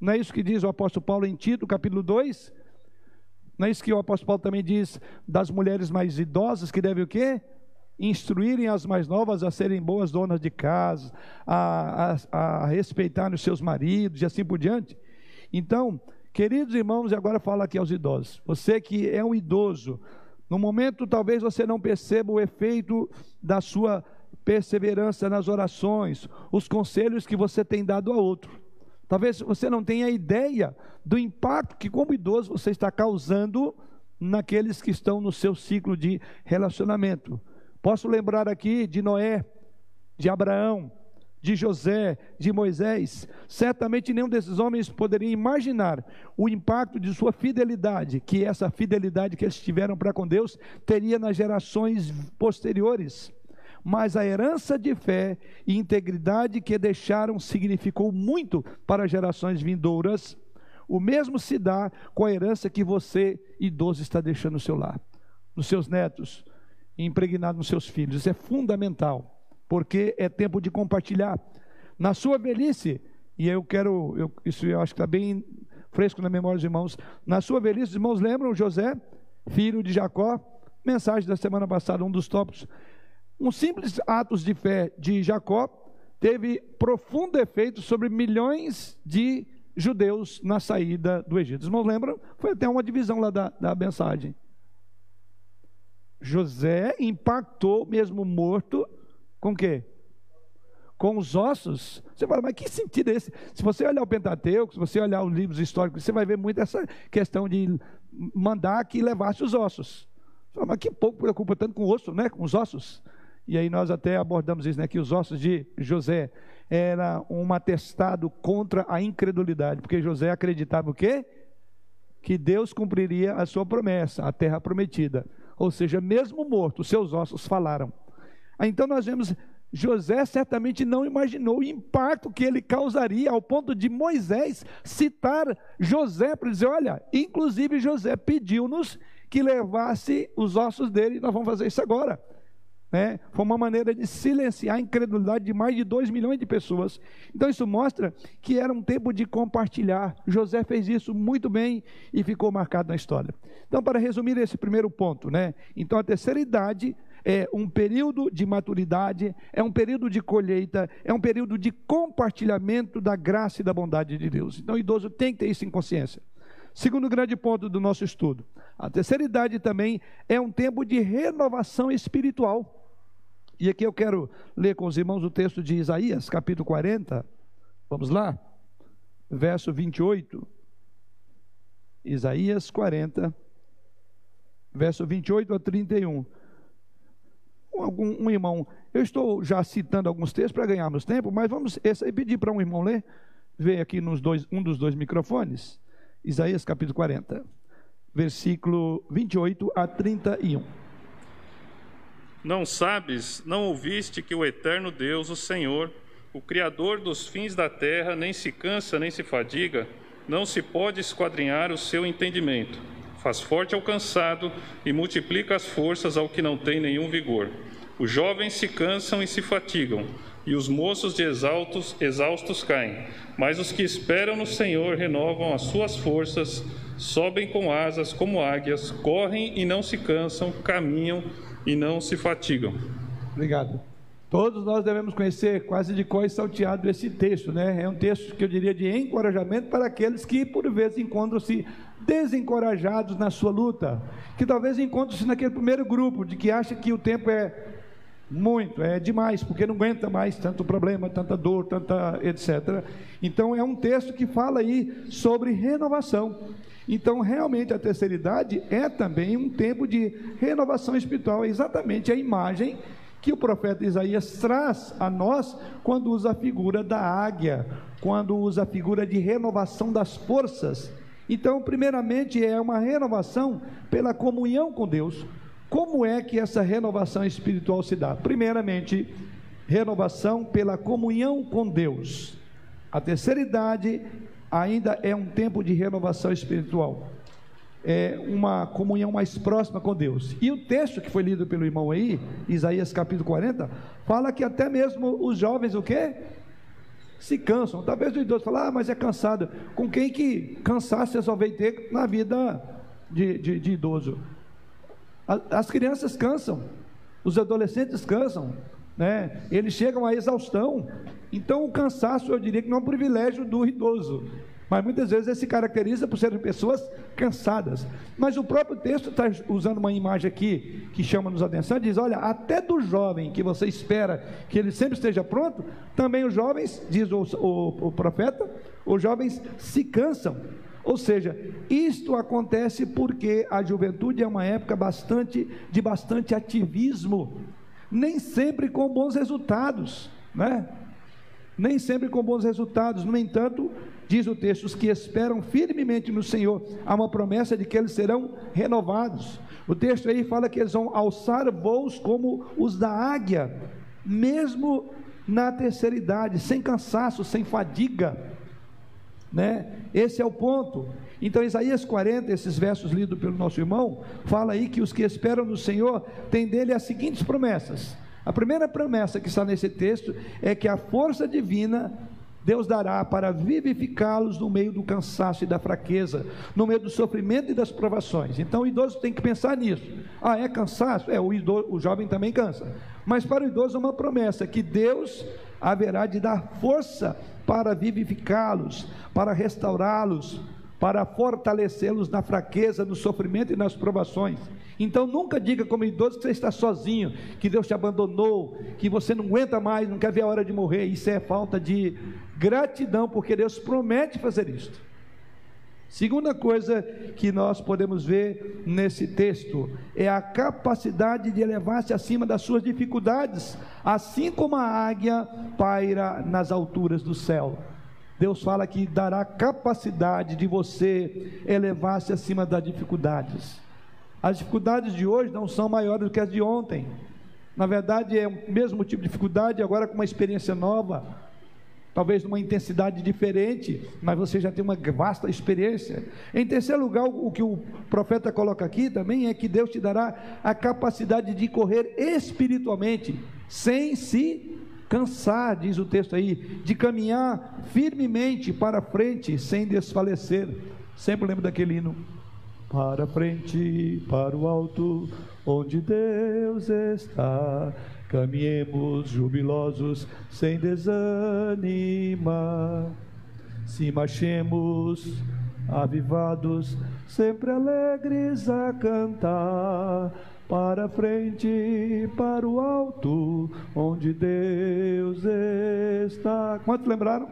A: Não é isso que diz o apóstolo Paulo em Tito, capítulo dois? Não é isso que o apóstolo Paulo também diz das mulheres mais idosas, que devem o quê? Instruírem as mais novas a serem boas donas de casa, a, a, a respeitarem os seus maridos e assim por diante. Então, queridos irmãos, e agora falo aqui aos idosos, você que é um idoso, no momento talvez você não perceba o efeito da sua perseverança nas orações, os conselhos que você tem dado a outro. Talvez você não tenha ideia do impacto que como idoso você está causando naqueles que estão no seu ciclo de relacionamento. Posso lembrar aqui de Noé, de Abraão, de José, de Moisés. Certamente nenhum desses homens poderia imaginar o impacto de sua fidelidade, que essa fidelidade que eles tiveram para com Deus teria nas gerações posteriores. Mas a herança de fé e integridade que deixaram significou muito para gerações vindouras. O mesmo se dá com a herança que você, idoso, está deixando no seu lar, nos seus netos, impregnado nos seus filhos. Isso é fundamental, porque é tempo de compartilhar. Na sua velhice, e eu quero, eu, isso eu acho que está bem fresco na memória dos irmãos, na sua velhice, os irmãos lembram José, filho de Jacó? Mensagem da semana passada, um dos tópicos. Um simples ato de fé de Jacó teve profundo efeito sobre milhões de judeus na saída do Egito. Os irmãos lembram? Foi até uma divisão lá da, da mensagem. José impactou, mesmo morto, com o quê? Com os ossos. Você fala, mas que sentido é esse? Se você olhar o Pentateuco, se você olhar os livros históricos, você vai ver muito essa questão de mandar que levasse os ossos. Você fala, mas que pouco preocupa tanto com o osso, né? Com os ossos. E aí nós até abordamos isso, né? Que os ossos de José era um atestado contra a incredulidade, porque José acreditava o quê? Que Deus cumpriria a sua promessa, a terra prometida. Ou seja, mesmo morto, os seus ossos falaram. Aí, então nós vemos, José certamente não imaginou o impacto que ele causaria, ao ponto de Moisés citar José para dizer, olha, inclusive José pediu-nos que levasse os ossos dele, e nós vamos fazer isso agora. Né? Foi uma maneira de silenciar a incredulidade de mais de dois milhões de pessoas. Então isso mostra que era um tempo de compartilhar. José fez isso muito bem e ficou marcado na história. Então, para resumir esse primeiro ponto, né? Então a terceira idade é um período de maturidade, é um período de colheita, é um período de compartilhamento da graça e da bondade de Deus. Então o idoso tem que ter isso em consciência. Segundo grande ponto do nosso estudo, a terceira idade também é um tempo de renovação espiritual. E aqui eu quero ler com os irmãos o texto de Isaías, capítulo quarenta, vamos lá, verso vinte e oito, Isaías quarenta, verso vinte e oito a trinta e um. Um, um irmão, eu estou já citando alguns textos para ganharmos tempo, mas vamos esse aí, pedir para um irmão ler, ver aqui nos dois, um dos dois microfones, Isaías capítulo quarenta, versículo vinte e oito a trinta e um.
B: Não sabes, não ouviste que o eterno Deus, o Senhor, o Criador dos fins da terra, nem se cansa, nem se fadiga, não se pode esquadrinhar o seu entendimento. Faz forte ao cansado e multiplica as forças ao que não tem nenhum vigor. Os jovens se cansam e se fatigam, e os moços de exaltos, exaustos caem. Mas os que esperam no Senhor renovam as suas forças, sobem com asas como águias, correm e não se cansam, caminham e não se fatigam.
A: Obrigado. Todos nós devemos conhecer quase de cor e salteado esse texto, né? É um texto que eu diria de encorajamento para aqueles que por vezes encontram-se desencorajados na sua luta, que talvez encontrem-se naquele primeiro grupo, de que acha que o tempo é muito, é demais, porque não aguenta mais tanto problema, tanta dor, tanta etcétera. Então é um texto que fala aí sobre renovação. Então realmente a terceira idade é também um tempo de renovação espiritual, é exatamente a imagem que o profeta Isaías traz a nós quando usa a figura da águia, quando usa a figura de renovação das forças. Então primeiramente é uma renovação pela comunhão com Deus. Como é que essa renovação espiritual se dá? Primeiramente, renovação pela comunhão com Deus. A terceira idade ainda é um tempo de renovação espiritual, é uma comunhão mais próxima com Deus. E o texto que foi lido pelo irmão aí, Isaías capítulo quarenta, fala que até mesmo os jovens o quê? se cansam. Talvez o idoso fale, ah, mas é cansado. Com quem que cansaço você só vai ter na vida de, de, de idoso? As crianças cansam, os adolescentes cansam, né? Eles chegam à exaustão. Então o cansaço, eu diria que não é um privilégio do idoso, mas muitas vezes ele se caracteriza por serem pessoas cansadas. Mas o próprio texto está usando uma imagem aqui que chama-nos a atenção, diz, olha, até do jovem que você espera que ele sempre esteja pronto, também os jovens, diz o, o, o profeta, os jovens se cansam. Ou seja, isto acontece porque a juventude é uma época bastante, de bastante ativismo, nem sempre com bons resultados, né? Nem sempre com bons resultados. No entanto, diz o texto, os que esperam firmemente no Senhor, há uma promessa de que eles serão renovados. O texto aí fala que eles vão alçar voos como os da águia, mesmo na terceira idade, sem cansaço, sem fadiga, né? Esse é o ponto. Então Isaías quarenta, esses versos lidos pelo nosso irmão, fala aí que os que esperam no Senhor têm dele as seguintes promessas. A primeira promessa que está nesse texto é que a força divina Deus dará para vivificá-los no meio do cansaço e da fraqueza, no meio do sofrimento e das provações. Então o idoso tem que pensar nisso. Ah, é cansaço? É, o, idoso, o jovem também cansa. Mas para o idoso é uma promessa, que Deus haverá de dar força para vivificá-los, para restaurá-los, para fortalecê-los na fraqueza, no sofrimento e nas provações. Então nunca diga como idoso que você está sozinho, que Deus te abandonou, que você não aguenta mais, não quer ver a hora de morrer. Isso é falta de gratidão, porque Deus promete fazer isso. Segunda coisa que nós podemos ver nesse texto é a capacidade de elevar-se acima das suas dificuldades, assim como a águia paira nas alturas do céu. Deus fala que dará capacidade de você elevar-se acima das dificuldades. As dificuldades de hoje não são maiores do que as de ontem. Na verdade é o mesmo tipo de dificuldade, agora com uma experiência nova, talvez numa intensidade diferente, mas você já tem uma vasta experiência. Em terceiro lugar, o que o profeta coloca aqui também é que Deus te dará a capacidade de correr espiritualmente, sem se cansar, diz o texto aí, de caminhar firmemente para frente, sem desfalecer. Sempre lembro daquele hino: para frente, para o alto, onde Deus está, caminhemos jubilosos, sem desanimar, se marchemos avivados, sempre alegres a cantar, para frente, para o alto, onde Deus está. Quantos lembraram?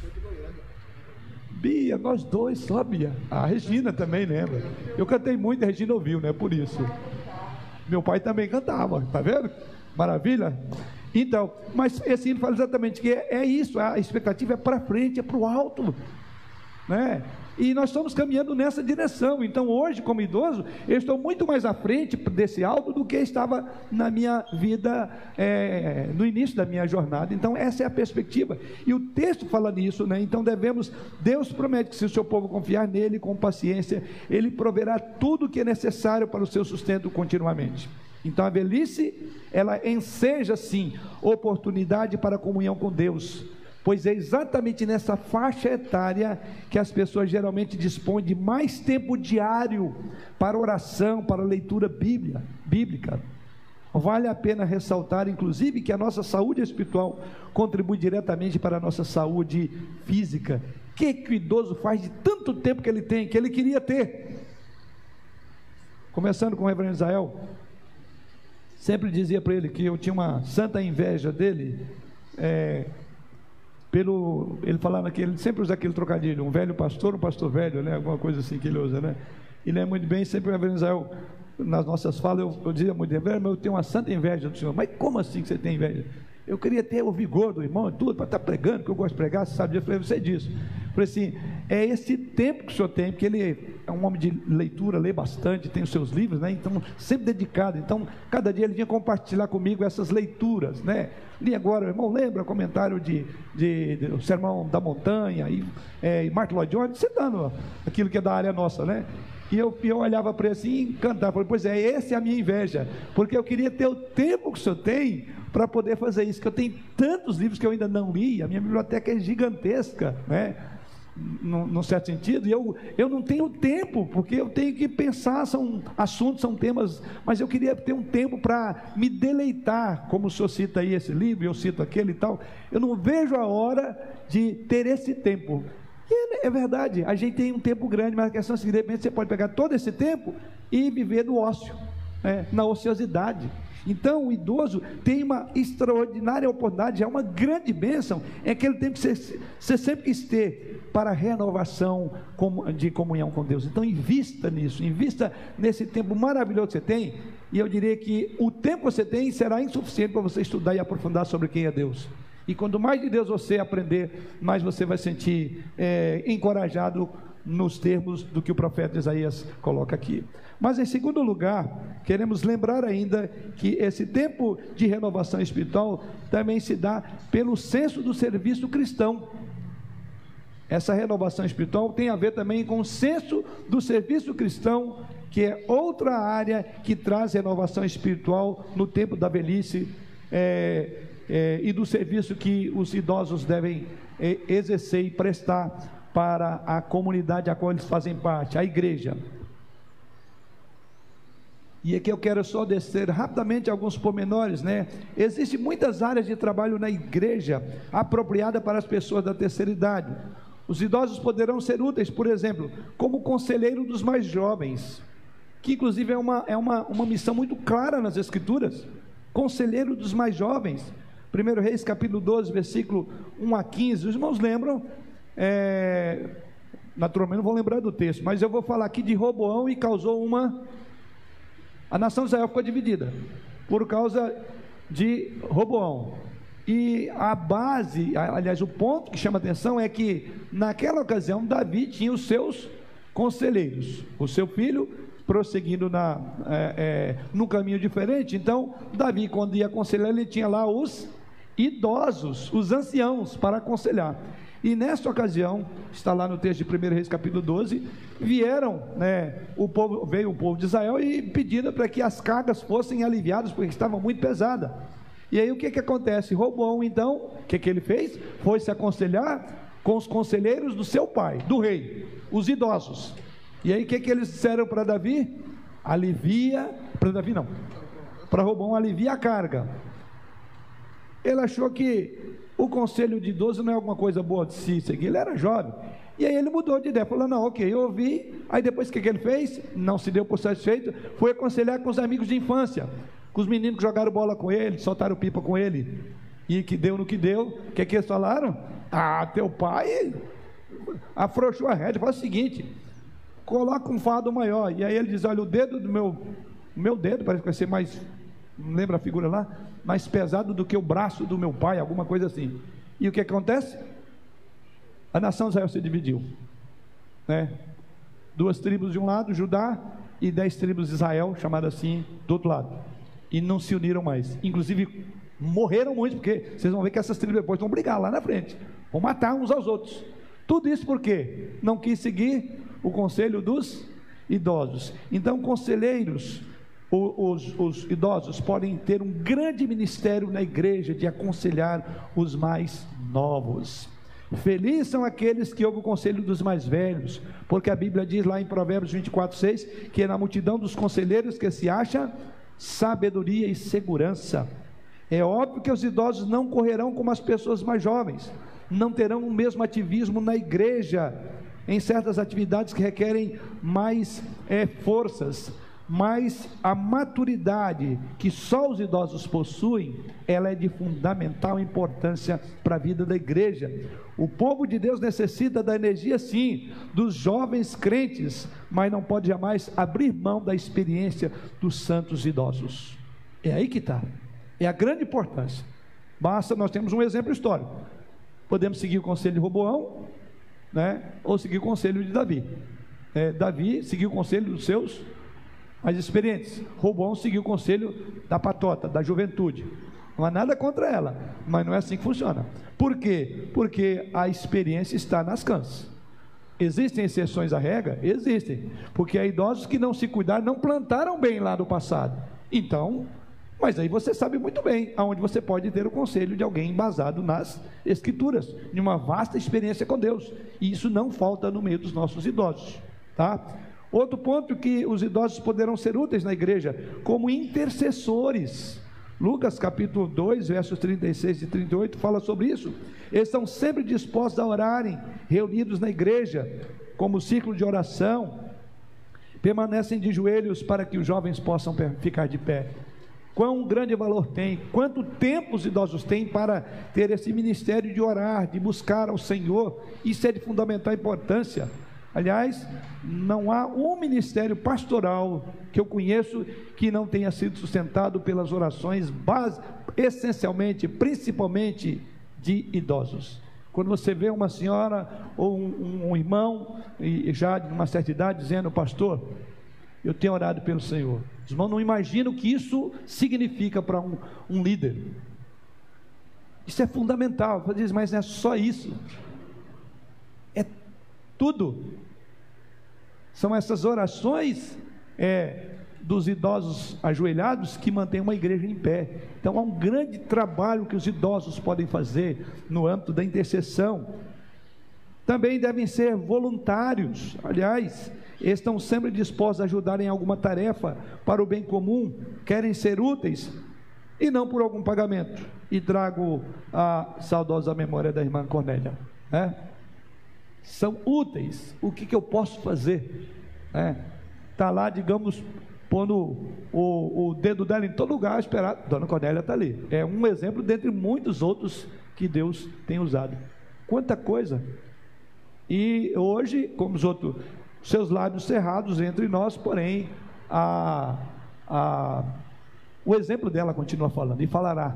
A: Bia, nós dois, só Bia. A Regina também lembra. Eu cantei muito, a Regina ouviu, né? Por isso. Meu pai também cantava, tá vendo? Maravilha? Então, mas esse hino fala exatamente que é, é isso, a expectativa é para frente, é para o alto, né? E nós estamos caminhando nessa direção. Então hoje, como idoso, eu estou muito mais à frente desse alto do que estava na minha vida, é, no início da minha jornada. Então essa é a perspectiva, e o texto fala nisso, né? Então devemos, Deus promete que se o seu povo confiar nele com paciência, ele proverá tudo o que é necessário para o seu sustento continuamente. Então a velhice, ela enseja sim oportunidade para a comunhão com Deus, pois é exatamente nessa faixa etária que as pessoas geralmente dispõem de mais tempo diário para oração, para leitura bíblia, bíblica. Vale a pena ressaltar, inclusive, que a nossa saúde espiritual contribui diretamente para a nossa saúde física. O que, que o idoso faz de tanto tempo que ele tem, que ele queria ter? Começando com o reverendo Israel, sempre dizia para ele que eu tinha uma santa inveja dele, é... Pelo, ele falava que ele sempre usa aquele trocadilho, um velho pastor, um pastor velho, né? Alguma coisa assim que ele usa, né? E lembra muito bem, sempre o reverendo Israel, nas nossas falas, eu, eu dizia muito, mas eu tenho uma santa inveja do senhor. Mas como assim que você tem inveja? Eu queria ter o vigor do irmão e tudo, para estar pregando, porque eu gosto de pregar, você sabe disso. Eu falei, você disso. Eu falei assim, é esse tempo que o senhor tem, porque ele é um homem de leitura, lê bastante, tem os seus livros, né? Então, sempre dedicado. Então, cada dia ele vinha compartilhar comigo essas leituras, né? Li agora, irmão, lembra o comentário de, de, de, do Sermão da Montanha, e, é, e Martin Lloyd Jones, citando aquilo que é da área nossa, né? E eu, eu olhava para ele assim e cantava, falei, pois é, essa é a minha inveja, porque eu queria ter o tempo que o senhor tem para poder fazer isso, que eu tenho tantos livros que eu ainda não li, a minha biblioteca é gigantesca, né? Num, num certo sentido, e eu, eu não tenho tempo, porque eu tenho que pensar, são assuntos, são temas, mas eu queria ter um tempo para me deleitar, como o senhor cita aí esse livro, eu cito aquele e tal, eu não vejo a hora de ter esse tempo, e é, é verdade, a gente tem um tempo grande, mas a questão é que de repente você pode pegar todo esse tempo e viver no ócio, né, na ociosidade. Então o idoso tem uma extraordinária oportunidade, é uma grande bênção, é aquele tempo que você, você sempre quis ter para a renovação de comunhão com Deus. Então invista nisso, invista nesse tempo maravilhoso que você tem, e eu diria que o tempo que você tem será insuficiente para você estudar e aprofundar sobre quem é Deus. E quanto mais de Deus você aprender, mais você vai sentir é, encorajado nos termos do que o profeta Isaías coloca aqui. Mas em segundo lugar, queremos lembrar ainda que esse tempo de renovação espiritual também se dá pelo senso do serviço cristão. Essa renovação espiritual tem a ver também com o senso do serviço cristão, que é outra área que traz renovação espiritual no tempo da velhice, é, é, e do serviço que os idosos devem é, exercer e prestar para a comunidade a qual eles fazem parte, a igreja. E aqui eu quero só descer rapidamente alguns pormenores, né? Existem muitas áreas de trabalho na igreja apropriada para as pessoas da terceira idade. Os idosos poderão ser úteis, por exemplo, como conselheiro dos mais jovens, que inclusive é uma, é uma, uma missão muito clara nas Escrituras. Conselheiro dos mais jovens, primeiro Reis capítulo doze, versículo um a quinze, os irmãos lembram, é, naturalmente não vou lembrar do texto, mas eu vou falar aqui de Roboão, e causou uma... A nação de Israel ficou dividida por causa de Roboão. E a base, aliás, o ponto que chama atenção é que naquela ocasião Davi tinha os seus conselheiros, o seu filho prosseguindo na, é, é, num caminho diferente. Então Davi, quando ia aconselhar, ele tinha lá os idosos, os anciãos para aconselhar. E nesta ocasião, está lá no texto de primeiro Reis capítulo doze, vieram, né, o povo, veio o povo de Israel e pediram para que as cargas fossem aliviadas, porque estavam muito pesadas. E aí o que que acontece? Roboão, então, o que que ele fez? Foi se aconselhar com os conselheiros do seu pai, do rei, os idosos. E aí o que que eles disseram para Davi? Alivia, para Davi não, para Roboão, alivia a carga. Ele achou que o conselho de idoso não é alguma coisa boa de se seguir, ele era jovem, e aí ele mudou de ideia, falou, não, ok, eu ouvi. Aí depois o que, que ele fez? Não se deu por satisfeito, foi aconselhar com os amigos de infância, com os meninos que jogaram bola com ele, soltaram pipa com ele, e que deu no que deu. O que que eles falaram? Ah, teu pai afrouxou a rédea, faz o seguinte, coloca um fardo maior. E aí ele diz, olha, o dedo do meu, o meu dedo parece que vai ser mais, não lembra a figura lá, mais pesado do que o braço do meu pai, alguma coisa assim. E o que acontece? A nação de Israel se dividiu, né? Duas tribos de um lado, Judá, e dez tribos de Israel, chamadas assim, do outro lado, e não se uniram mais. Inclusive morreram muitos, porque vocês vão ver que essas tribos depois vão brigar lá na frente, vão matar uns aos outros. Tudo isso por quê? Não quis seguir o conselho dos idosos. Então, conselheiros, Os, os idosos podem ter um grande ministério na igreja de aconselhar os mais novos. Felizes são aqueles que ouvem o conselho dos mais velhos, porque a Bíblia diz lá em Provérbios vinte e quatro, seis, que é na multidão dos conselheiros que se acha sabedoria e segurança. É óbvio que os idosos não correrão como as pessoas mais jovens, não terão o mesmo ativismo na igreja, em certas atividades que requerem mais é, forças, mas a maturidade que só os idosos possuem, ela é de fundamental importância para a vida da igreja. O povo de Deus necessita da energia, sim, dos jovens crentes, mas não pode jamais abrir mão da experiência dos santos idosos. É aí que está, é a grande importância. Basta, nós temos um exemplo histórico, podemos seguir o conselho de Roboão, né, ou seguir o conselho de Davi. é, Davi seguiu o conselho dos seus mais experientes, Roboão seguiu o conselho da patota, da juventude. Não há nada contra ela, mas não é assim que funciona. Por quê? Porque a experiência está nas cansas. Existem exceções à regra? Existem, porque há idosos que não se cuidaram, não plantaram bem lá no passado, então Mas aí você sabe muito bem aonde você pode ter o conselho de alguém embasado nas Escrituras, de uma vasta experiência com Deus, e isso não falta no meio dos nossos idosos, tá? Outro ponto que os idosos poderão ser úteis na igreja, como intercessores. Lucas capítulo dois, versos trinta e seis e trinta e oito, fala sobre isso. Eles estão sempre dispostos a orarem, reunidos na igreja, como círculo de oração, permanecem de joelhos para que os jovens possam ficar de pé. Quão grande valor tem, quanto tempo os idosos têm para ter esse ministério de orar, de buscar ao Senhor. Isso é de fundamental importância. Aliás, não há um ministério pastoral que eu conheço que não tenha sido sustentado pelas orações base, essencialmente, principalmente de idosos. Quando você vê uma senhora ou um, um irmão, e já de uma certa idade, dizendo: pastor, eu tenho orado pelo Senhor. Os irmãos não imaginam o que isso significa para um, um líder. Isso é fundamental. Você diz: mas não é só isso, é tudo. São essas orações é, dos idosos ajoelhados que mantêm uma igreja em pé. Então há um grande trabalho que os idosos podem fazer no âmbito da intercessão. Também devem ser voluntários. Aliás, eles estão sempre dispostos a ajudar em alguma tarefa para o bem comum, querem ser úteis e não por algum pagamento. E trago a saudosa memória da irmã Cornélia, né? São úteis. O que, que eu posso fazer? Está lá, digamos, pondo o, o dedo dela em todo lugar, esperar. Dona Cornélia está ali. É um exemplo dentre muitos outros que Deus tem usado. Quanta coisa! E hoje, como os outros, seus lábios cerrados entre nós, porém, a, a, o exemplo dela continua falando, e falará.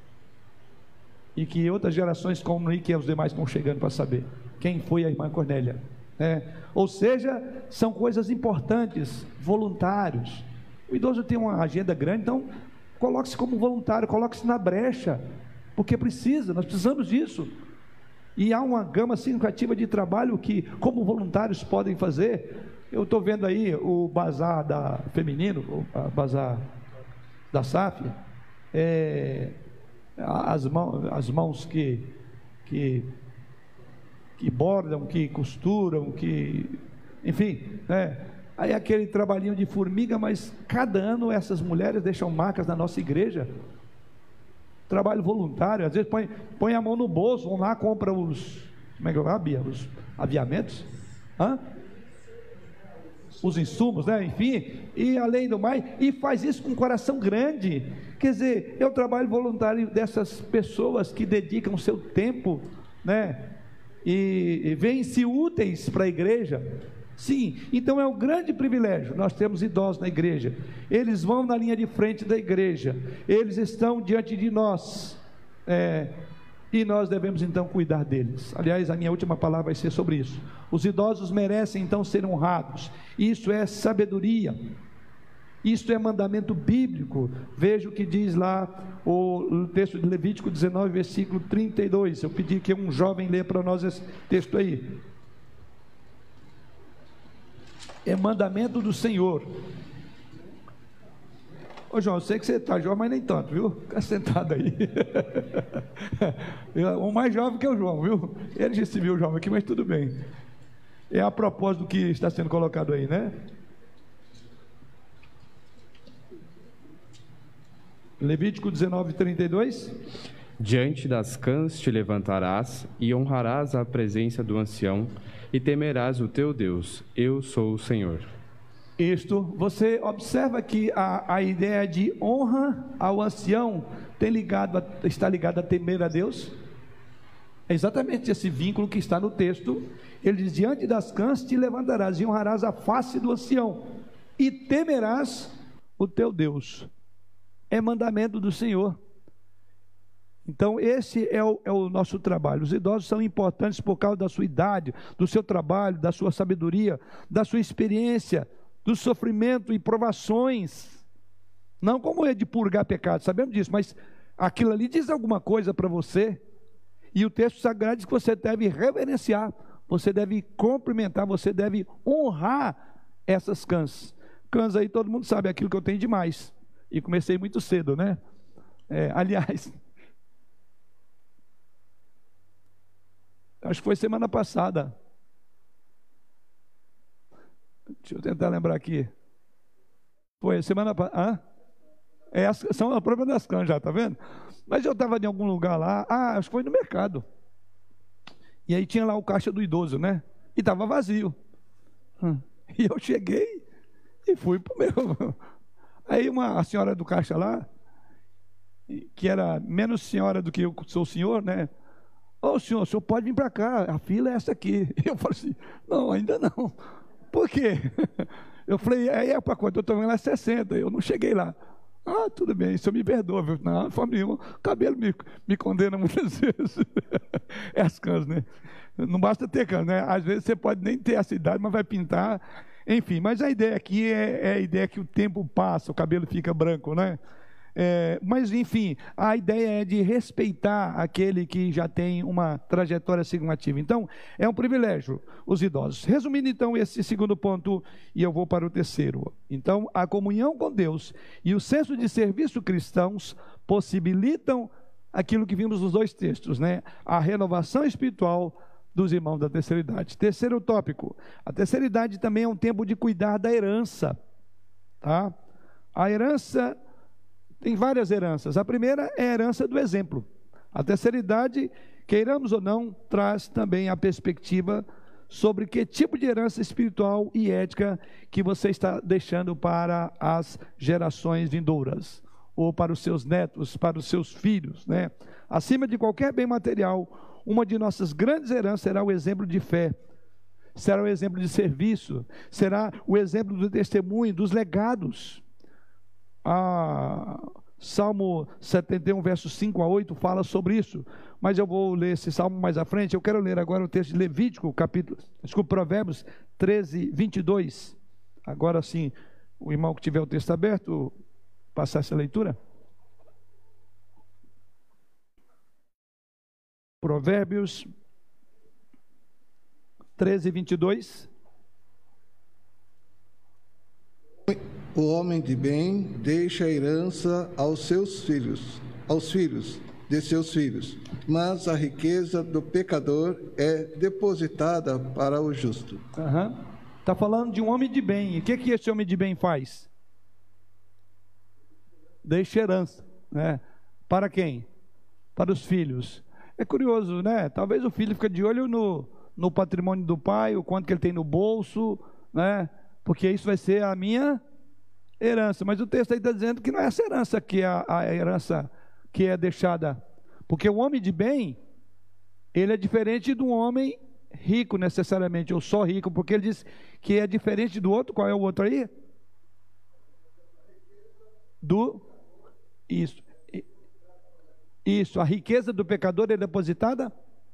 A: E que outras gerações comuniquem aos demais que estão chegando para saber quem foi a irmã Cornélia, né? Ou seja, são coisas importantes, voluntários. O idoso tem uma agenda grande, então coloque-se como voluntário, coloque-se na brecha, porque precisa, nós precisamos disso. E há uma gama significativa de trabalho que, como voluntários, podem fazer. Eu estou vendo aí o bazar da feminino, o bazar da S A F, é, as, mãos, as mãos que, que, que bordam, que costuram, que, enfim, né? Aí aquele trabalhinho de formiga, mas cada ano essas mulheres deixam marcas na nossa igreja. Trabalho voluntário, às vezes põe, põe a mão no bolso, vão lá, compra os, como é que é, Bia? Os aviamentos, hã? Os insumos, né? Enfim, e além do mais, e faz isso com um coração grande. Quer dizer, é o trabalho voluntário dessas pessoas que dedicam o seu tempo, né? E, e veem-se úteis para a igreja. Sim, então é um grande privilégio. Nós temos idosos na igreja, eles vão na linha de frente da igreja, eles estão diante de nós, é, e nós devemos então cuidar deles. Aliás, a minha última palavra vai ser sobre isso. Os idosos merecem então ser honrados. Isso é sabedoria, isso é mandamento bíblico. Veja o que diz lá o texto de Levítico dezenove, versículo trinta e dois. Eu pedi que um jovem lê para nós esse texto aí. É mandamento do Senhor. Ô João, eu sei que você está jovem, mas nem tanto, viu? Fica sentado aí. O mais jovem que é o João, viu? Ele já se viu jovem aqui, mas tudo bem. É a propósito do que está sendo colocado aí, né? Levítico dezenove, trinta e dois.
C: Diante das cãs te levantarás e honrarás a presença do ancião e temerás o teu Deus. Eu sou o Senhor.
A: Isto, você observa que a, a ideia de honra ao ancião tem ligado a, está ligada a temer a Deus. É exatamente esse vínculo que está no texto. Ele diz: diante das cãs te levantarás e honrarás a face do ancião e temerás o teu Deus. É mandamento do Senhor. Então esse é o, é o nosso trabalho. Os idosos são importantes por causa da sua idade, do seu trabalho, da sua sabedoria, da sua experiência, do sofrimento e provações. Não como é de purgar pecado, sabemos disso, mas aquilo ali diz alguma coisa para você. E o texto sagrado diz que você deve reverenciar, você deve cumprimentar, você deve honrar essas cãs. Cãs aí todo mundo sabe, aquilo que eu tenho de mais. e comecei muito cedo, né? É, aliás, acho que foi semana passada. Deixa eu tentar lembrar aqui. Foi semana passada. É, são a própria das cães já, tá vendo? Mas eu estava em algum lugar lá, ah, acho que foi no mercado. E aí tinha lá o caixa do idoso, né? E estava vazio. Hum. E eu cheguei e fui pro meu. Aí uma a senhora do caixa lá, que era menos senhora do que eu sou senhor, né? Ô oh, senhor, o senhor pode vir para cá, a fila é essa aqui. E eu falei assim, não, ainda não. Por quê? Eu falei, aí é para quanto? Eu estou vendo lá sessenta, eu não cheguei lá. Ah, tudo bem, o senhor me perdoa, viu? Não, de forma nenhuma, o cabelo me, me condena muitas vezes. É as cães, né? Não basta ter cães, né? Às vezes você pode nem ter essa idade, mas vai pintar. Enfim, mas a ideia aqui é, é a ideia que o tempo passa, o cabelo fica branco, né? É, mas, enfim, a ideia é de respeitar aquele que já tem uma trajetória significativa. Então, é um privilégio, os idosos. Resumindo, então, esse segundo ponto, e eu vou para o terceiro. Então, a comunhão com Deus e o senso de serviço cristãos possibilitam aquilo que vimos nos dois textos, né? A renovação espiritual dos irmãos da terceira idade. Terceiro tópico, a terceira idade também é um tempo de cuidar da herança, tá? A herança... Tem várias heranças. A primeira é a herança do exemplo. A terceira idade, queiramos ou não, traz também a perspectiva sobre que tipo de herança espiritual e ética que você está deixando para as gerações vindouras, ou para os seus netos, para os seus filhos, né? Acima de qualquer bem material, uma de nossas grandes heranças será o exemplo de fé, será o exemplo de serviço, será o exemplo do testemunho, dos legados. Ah, Salmo setenta e um, versos cinco a oito, fala sobre isso, mas eu vou ler esse salmo mais à frente. Eu quero ler agora o texto de Levítico, capítulo, desculpa, Provérbios treze, vinte e dois. Agora sim, o irmão que tiver o texto aberto, passar essa leitura. Provérbios treze, vinte e dois.
D: O homem de bem deixa a herança aos seus filhos, aos filhos de seus filhos, mas a riqueza do pecador é depositada para o justo.
A: Uhum. Está falando de um homem de bem. E o que, que esse homem de bem faz? Deixa herança, né? Para quem? Para os filhos. É curioso, né? Talvez o filho fique de olho no, no patrimônio do pai, o quanto que ele tem no bolso, né? Porque isso vai ser a minha herança. Mas o texto aí está dizendo que não é essa herança que é a, a herança que é deixada. Porque o homem de bem, ele é diferente do homem rico necessariamente, ou só rico, porque ele diz que é diferente do outro. Qual é o outro aí? Do... Isso. Isso. A riqueza do pecador é depositada?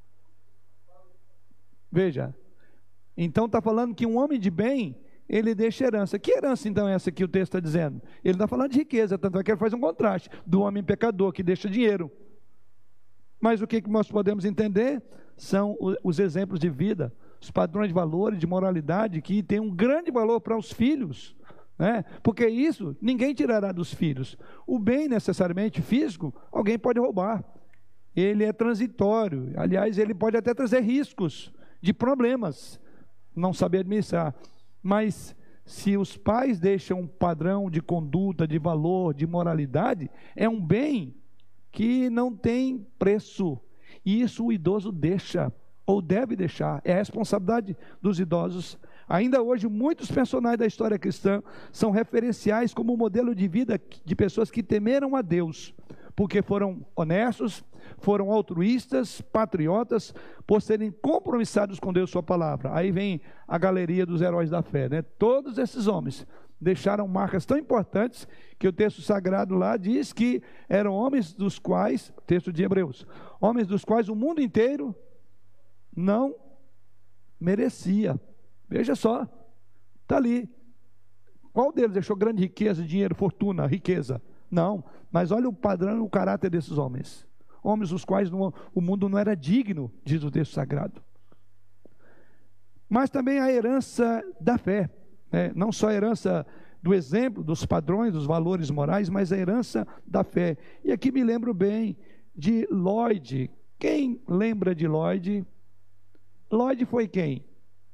A: Veja. Então está falando que um homem de bem, ele deixa herança. Que herança então é essa que o texto está dizendo? Ele está falando de riqueza, tanto é que ele faz um contraste do homem pecador que deixa dinheiro. Mas o que nós podemos entender são os exemplos de vida, os padrões de valores, de moralidade, que tem um grande valor para os filhos, né? Porque isso ninguém tirará dos filhos. O bem necessariamente físico, alguém pode roubar. Ele é transitório. Aliás, ele pode até trazer riscos de problemas, não saber administrar. Mas se os pais deixam um padrão de conduta, de valor, de moralidade, é um bem que não tem preço. E isso o idoso deixa, ou deve deixar. É a responsabilidade dos idosos. Ainda hoje, muitos personagens da história cristã são referenciais como modelo de vida de pessoas que temeram a Deus, porque foram honestos, foram altruístas, patriotas, por serem compromissados com Deus e sua palavra. Aí vem a galeria dos heróis da fé, né? Todos esses homens deixaram marcas tão importantes que o texto sagrado lá diz que eram homens dos quais, texto de Hebreus, homens dos quais o mundo inteiro não merecia. Veja só, está ali. Qual deles deixou grande riqueza, dinheiro, fortuna, riqueza? Não, mas olha o padrão e o caráter desses homens. Homens dos quais não, o mundo não era digno, diz o texto sagrado. Mas também a herança da fé, né? Não só a herança do exemplo, dos padrões, dos valores morais, mas a herança da fé. E aqui me lembro bem de Lloyd. Quem lembra de Lloyd? Lloyd foi quem?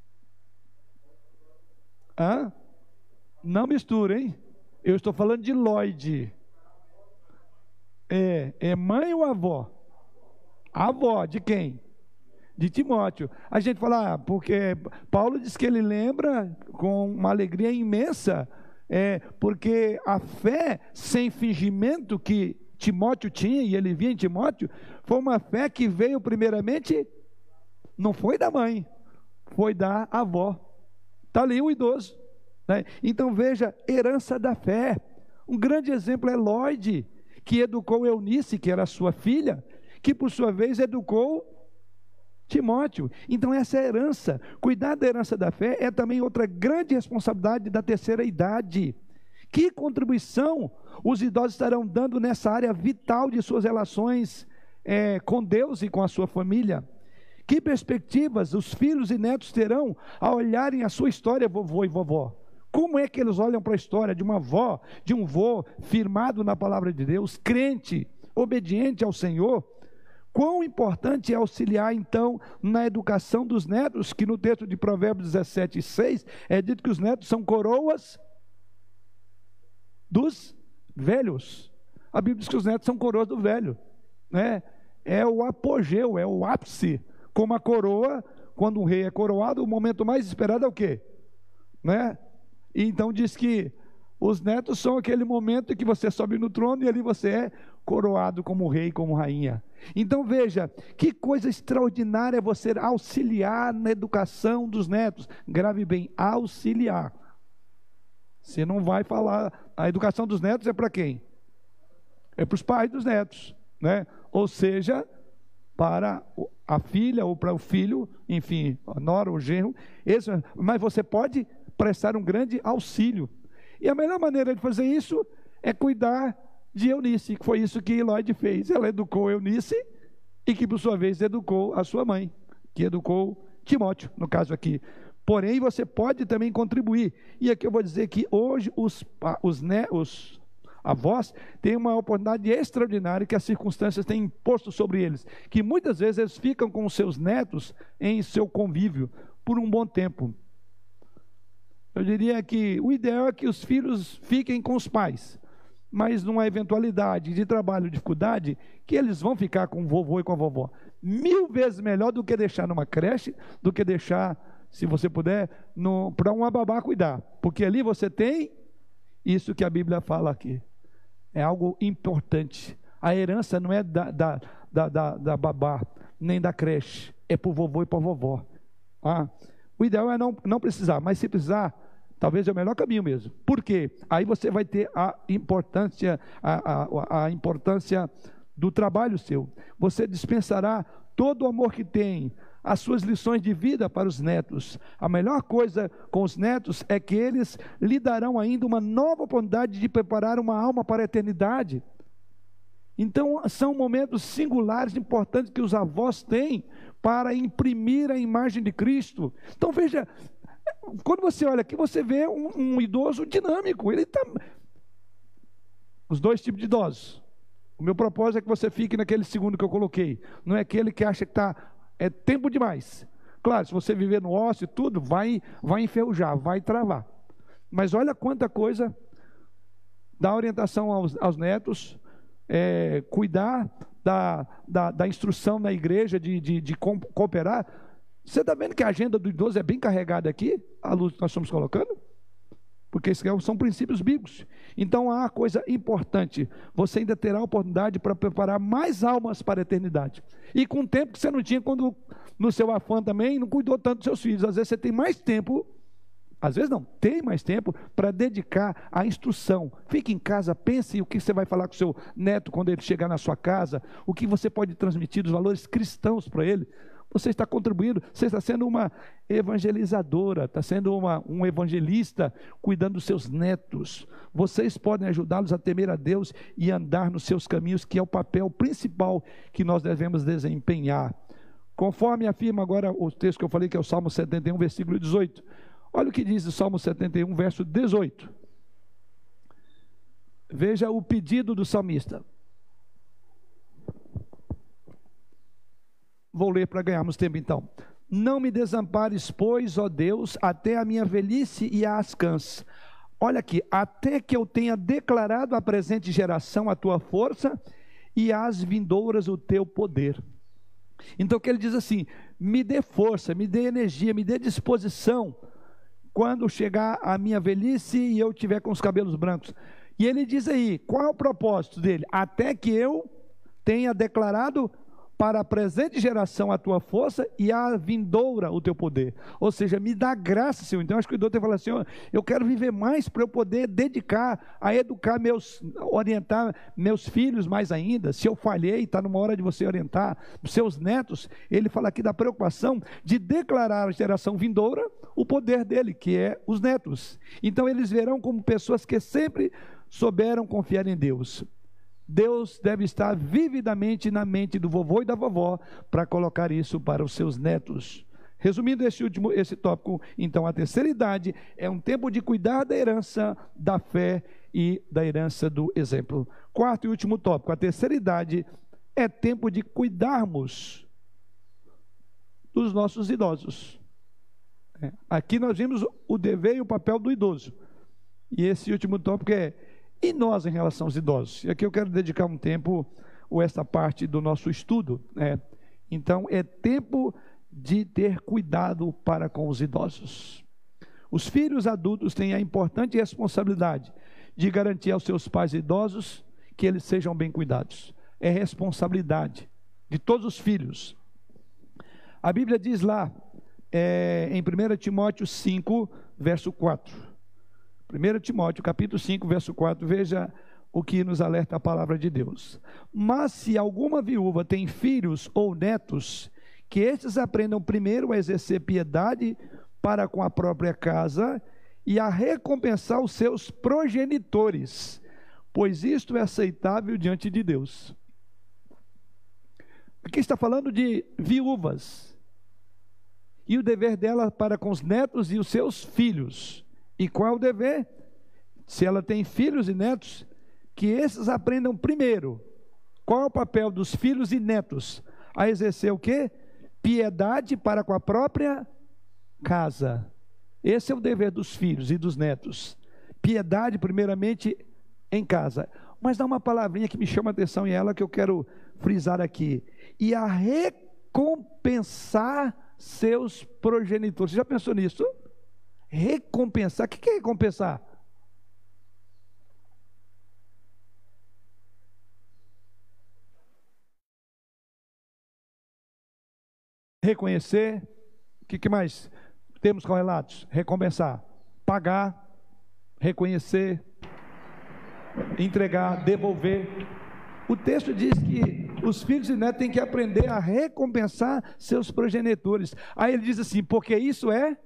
A: Hã? Não mistura, hein? Eu estou falando de Lloyd. É, é mãe ou avó? Avó, de quem? De Timóteo. A gente fala, ah, porque Paulo diz que ele lembra com uma alegria imensa, é, porque a fé sem fingimento que Timóteo tinha, e ele via em Timóteo, foi uma fé que veio primeiramente, não foi da mãe, foi da avó. Está ali o idoso, né? Então veja, herança da fé. Um grande exemplo é Lloyd, que educou Eunice, que era sua filha, que por sua vez educou Timóteo. Então essa é a herança. Cuidar da herança da fé é também outra grande responsabilidade da terceira idade. Que contribuição os idosos estarão dando nessa área vital de suas relações é, com Deus e com a sua família? Que perspectivas os filhos e netos terão ao olharem a sua história, vovô e vovó? Como é que eles olham para a história de uma avó, de um vô firmado na palavra de Deus, crente, obediente ao Senhor? Quão importante é auxiliar, então, na educação dos netos, que no texto de Provérbios dezessete, seis, é dito que os netos são coroas dos velhos. A Bíblia diz que os netos são coroas do velho, né? É o apogeu, é o ápice. Como a coroa, quando um rei é coroado, o momento mais esperado é o quê? Né? E então diz que os netos são aquele momento em que você sobe no trono e ali você é coroado como rei, como rainha. Então veja, que coisa extraordinária você auxiliar na educação dos netos. Grave bem, auxiliar. Você não vai falar, a educação dos netos é para quem? É para os pais dos netos, né? Ou seja, para a filha ou para o filho, enfim, a nora ou genro, esse, mas você pode prestar um grande auxílio. E a melhor maneira de fazer isso é cuidar de Eunice, que foi isso que Lloyd fez. Ela educou Eunice e que, por sua vez, educou a sua mãe, que educou Timóteo, no caso aqui. Porém, você pode também contribuir. E aqui eu vou dizer que hoje os, os, né, os avós têm uma oportunidade extraordinária que as circunstâncias têm imposto sobre eles, que muitas vezes eles ficam com os seus netos em seu convívio por um bom tempo. Eu diria que o ideal é que os filhos fiquem com os pais, mas numa eventualidade de trabalho, dificuldade, que eles vão ficar com o vovô e com a vovó. Mil vezes melhor do que deixar numa creche, do que deixar, se você puder, para uma babá cuidar. Porque ali você tem isso que a Bíblia fala aqui. É algo importante. A herança não é da, da, da, da, da babá, nem da creche. É para o vovô e para a vovó. Ah, o ideal é não, não precisar, mas se precisar, talvez é o melhor caminho mesmo. Por quê? Aí você vai ter a importância, a, a, a importância do trabalho seu. Você dispensará todo o amor que tem, as suas lições de vida para os netos. A melhor coisa com os netos é que eles lhe darão ainda uma nova oportunidade de preparar uma alma para a eternidade. Então, são momentos singulares, importantes que os avós têm para imprimir a imagem de Cristo. Então, veja, quando você olha aqui, você vê um, um idoso dinâmico. Ele está... Os dois tipos de idosos. O meu propósito é que você fique naquele segundo que eu coloquei. Não é aquele que acha que está... É tempo demais. Claro, se você viver no ócio e tudo, vai, vai enferrujar, vai travar. Mas olha quanta coisa, dar orientação aos, aos netos, é, cuidar da, da, da instrução na igreja, de, de, de cooperar. Você está vendo que a agenda do idoso é bem carregada aqui, a luz que nós estamos colocando? Porque esses são princípios bíblicos. Então há coisa importante, você ainda terá a oportunidade para preparar mais almas para a eternidade. E com o tempo que você não tinha quando no seu afã também, não cuidou tanto dos seus filhos. Às vezes você tem mais tempo, às vezes não, tem mais tempo para dedicar à instrução. Fique em casa, pense o que você vai falar com o seu neto quando ele chegar na sua casa, o que você pode transmitir dos valores cristãos para ele. Você está contribuindo, você está sendo uma evangelizadora, está sendo uma, um evangelista cuidando dos seus netos. Vocês podem ajudá-los a temer a Deus e andar nos seus caminhos, que é o papel principal que nós devemos desempenhar. Conforme afirma agora o texto que eu falei, que é o Salmo setenta e um, versículo dezoito. Olha o que diz o Salmo setenta e um, verso dezoito. Veja o pedido do salmista. Vou ler para ganharmos tempo então. Não me desampares, pois, ó Deus, até a minha velhice e as cãs. Olha aqui, até que eu tenha declarado à presente geração a tua força e às vindouras o teu poder. Então que ele diz assim, me dê força, me dê energia, me dê disposição, quando chegar a minha velhice e eu tiver com os cabelos brancos. E ele diz aí, qual é o propósito dele? Até que eu tenha declarado para a presente geração a tua força e a vindoura o teu poder. Ou seja, me dá graça, Senhor. Então, acho que o doutor fala assim, eu quero viver mais para eu poder dedicar a educar meus, orientar meus filhos mais ainda. Se eu falhei, está numa hora de você orientar os seus netos. Ele fala aqui da preocupação de declarar à geração vindoura o poder dele, que é os netos. Então, eles verão como pessoas que sempre souberam confiar em Deus. Deus deve estar vividamente na mente do vovô e da vovó para colocar isso para os seus netos. Resumindo esse último, esse tópico, então a terceira idade é um tempo de cuidar da herança da fé e da herança do exemplo. Quarto e último tópico, a terceira idade é tempo de cuidarmos dos nossos idosos. Aqui nós vimos o dever e o papel do idoso. E esse último tópico é e nós em relação aos idosos? E aqui eu quero dedicar um tempo, ou esta parte do nosso estudo, né? Então, é tempo de ter cuidado para com os idosos. Os filhos adultos têm a importante responsabilidade de garantir aos seus pais idosos que eles sejam bem cuidados. É responsabilidade de todos os filhos. A Bíblia diz lá, é, em primeiro Timóteo cinco, verso quatro. primeiro Timóteo, capítulo cinco, verso quatro, veja o que nos alerta a palavra de Deus. Mas se alguma viúva tem filhos ou netos, que estes aprendam primeiro a exercer piedade para com a própria casa e a recompensar os seus progenitores, pois isto é aceitável diante de Deus. Aqui está falando de viúvas, e o dever dela para com os netos e os seus filhos. E qual é o dever? Se ela tem filhos e netos, que esses aprendam primeiro. Qual é o papel dos filhos e netos? A exercer o quê? Piedade para com a própria casa. Esse é o dever dos filhos e dos netos. Piedade primeiramente em casa. Mas dá uma palavrinha que me chama a atenção e é ela que eu quero frisar aqui. E a recompensar seus progenitores. Você já pensou nisso? Recompensar, o que é recompensar? Reconhecer, o que, que mais temos correlatos? Recompensar, pagar, reconhecer, entregar, devolver. O texto diz que os filhos e netos têm que aprender a recompensar seus progenitores. Aí ele diz assim, porque isso é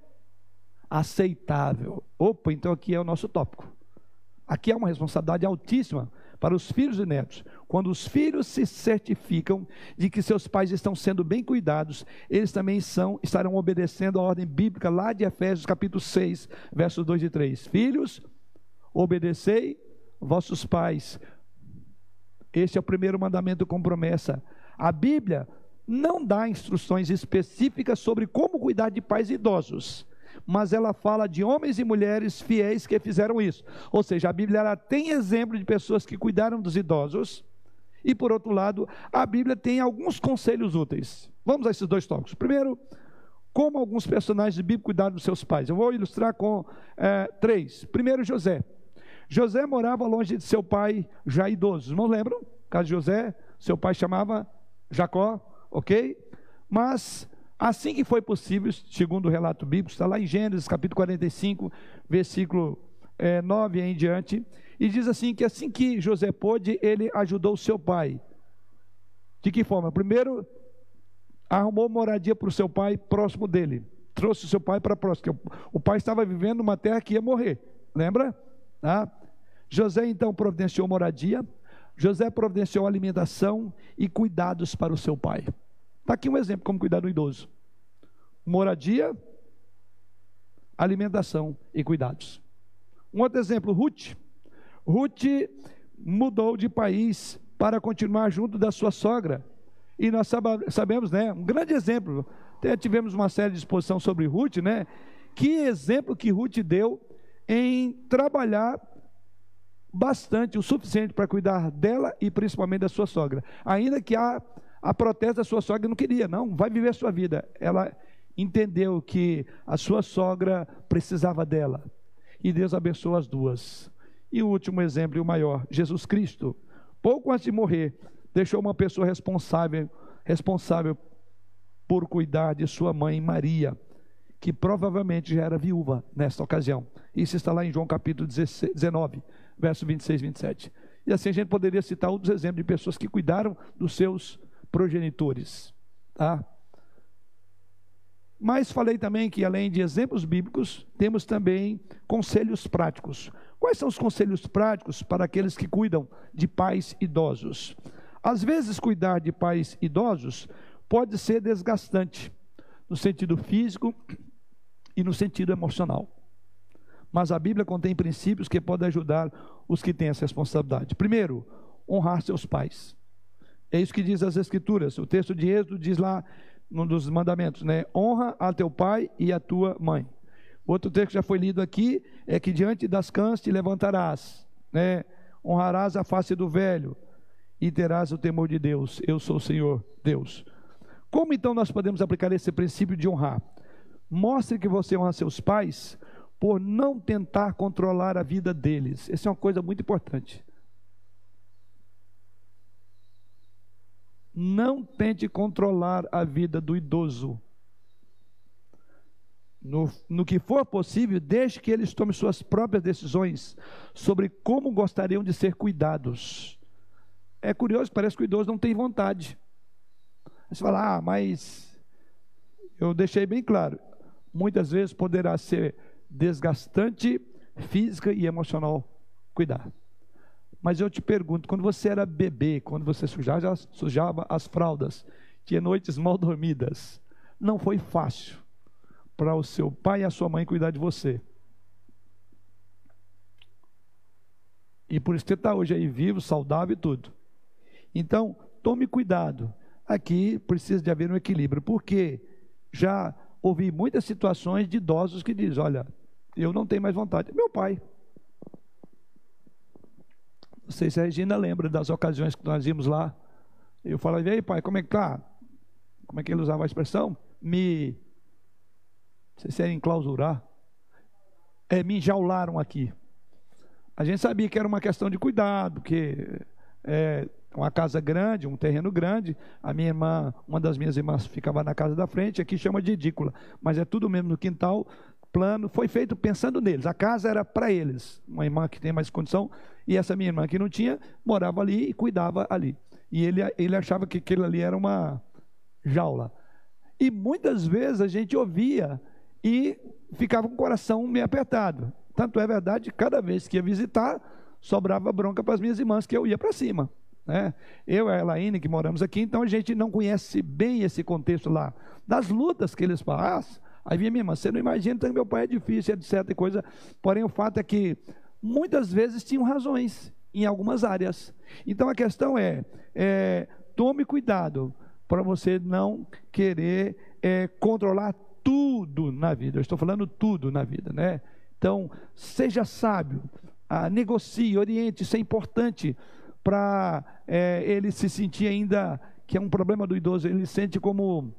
A: aceitável. Opa, então aqui é o nosso tópico. Aqui é uma responsabilidade altíssima para os filhos e netos. Quando os filhos se certificam de que seus pais estão sendo bem cuidados, eles também são, estarão obedecendo a ordem bíblica lá de Efésios capítulo seis, versos dois e três. Filhos, obedecei vossos pais. Este é o primeiro mandamento com promessa. A Bíblia não dá instruções específicas sobre como cuidar de pais idosos, mas ela fala de homens e mulheres fiéis que fizeram isso. Ou seja, a Bíblia ela tem exemplo de pessoas que cuidaram dos idosos, e por outro lado, a Bíblia tem alguns conselhos úteis. Vamos a esses dois tópicos. Primeiro, como alguns personagens bíblicos cuidaram dos seus pais. Eu vou ilustrar com é, três. Primeiro, José. José morava longe de seu pai já idoso. Os irmãos lembram? No caso de José, seu pai chamava Jacó, ok? Mas assim que foi possível, segundo o relato bíblico, está lá em Gênesis capítulo quarenta e cinco, versículo é, nove em diante, e diz assim, que assim que José pôde, ele ajudou seu pai. De que forma? Primeiro, arrumou moradia para o seu pai próximo dele, trouxe o seu pai para próximo, porque o pai estava vivendo numa terra que ia morrer, lembra? Tá? José então providenciou moradia, José providenciou alimentação e cuidados para o seu pai. Está aqui um exemplo como cuidar do idoso. Moradia, alimentação e cuidados. Um outro exemplo, Ruth. Ruth mudou de país para continuar junto da sua sogra. E nós sabemos, né, um grande exemplo, até tivemos uma série de exposição sobre Ruth, né? Que exemplo que Ruth deu em trabalhar bastante, o suficiente para cuidar dela e principalmente da sua sogra. Ainda que a, a protesto da sua sogra não queria, não, vai viver a sua vida. Ela entendeu que a sua sogra precisava dela. E Deus abençoou as duas. E o último exemplo, e o maior, Jesus Cristo. Pouco antes de morrer, deixou uma pessoa responsável, responsável por cuidar de sua mãe Maria, que provavelmente já era viúva nesta ocasião. Isso está lá em João capítulo dezenove, verso vinte e seis e vinte e sete. E assim a gente poderia citar outros exemplos de pessoas que cuidaram dos seus progenitores. Tá? Mas falei também que, além de exemplos bíblicos, temos também conselhos práticos. Quais são os conselhos práticos para aqueles que cuidam de pais idosos? Às vezes, cuidar de pais idosos pode ser desgastante, no sentido físico e no sentido emocional. Mas a Bíblia contém princípios que podem ajudar os que têm essa responsabilidade. Primeiro, honrar seus pais. É isso que diz as Escrituras. O texto de Êxodo diz lá, num dos mandamentos, né? Honra a teu pai e a tua mãe. Outro texto que já foi lido aqui é que diante das cãs te levantarás, né? Honrarás a face do velho e terás o temor de Deus. Eu sou o Senhor Deus. Como então nós podemos aplicar esse princípio de honrar? Mostre que você honra seus pais por não tentar controlar a vida deles. Essa é uma coisa muito importante. Não tente controlar a vida do idoso. No, no que for possível, deixe que eles tomem suas próprias decisões sobre como gostariam de ser cuidados. É curioso que parece que o idoso não tem vontade. Você fala, ah, mas eu deixei bem claro, muitas vezes poderá ser desgastante física e emocional cuidar. Mas eu te pergunto, quando você era bebê, quando você sujava, sujava as fraldas, tinha noites mal dormidas, não foi fácil para o seu pai e a sua mãe cuidar de você. E por isso que você está hoje aí vivo, saudável e tudo. Então, tome cuidado. Aqui precisa de haver um equilíbrio, porque já ouvi muitas situações de idosos que dizem, olha, eu não tenho mais vontade. Meu pai. Não sei se a Regina lembra das ocasiões que nós íamos lá. Eu falava, e aí pai, como é que tá? Como é que ele usava a expressão? Me, não sei se era enclausurar. É, me enjaularam aqui. A gente sabia que era uma questão de cuidado, porque é uma casa grande, um terreno grande. A minha irmã, uma das minhas irmãs ficava na casa da frente, aqui chama de edícula, mas é tudo mesmo no quintal, plano, foi feito pensando neles. A casa era para eles, uma irmã que tem mais condição, e essa minha irmã que não tinha, morava ali e cuidava ali. E ele, ele achava que aquilo ali era uma jaula. E muitas vezes a gente ouvia e ficava com o coração meio apertado. Tanto é verdade, cada vez que ia visitar, sobrava bronca para as minhas irmãs, que eu ia para cima. Né? Eu e a Elaine, que moramos aqui, então a gente não conhece bem esse contexto lá, das lutas que eles passam. Aí vinha minha irmã, você não imagina, então meu pai é difícil, etcétera e coisa. Porém, o fato é que muitas vezes tinham razões em algumas áreas. Então a questão é, é tome cuidado para você não querer é, controlar tudo na vida. Eu estou falando tudo na vida, né? Então, seja sábio, ah, negocie, oriente, isso é importante para é, ele se sentir ainda, que é um problema do idoso, ele se sente como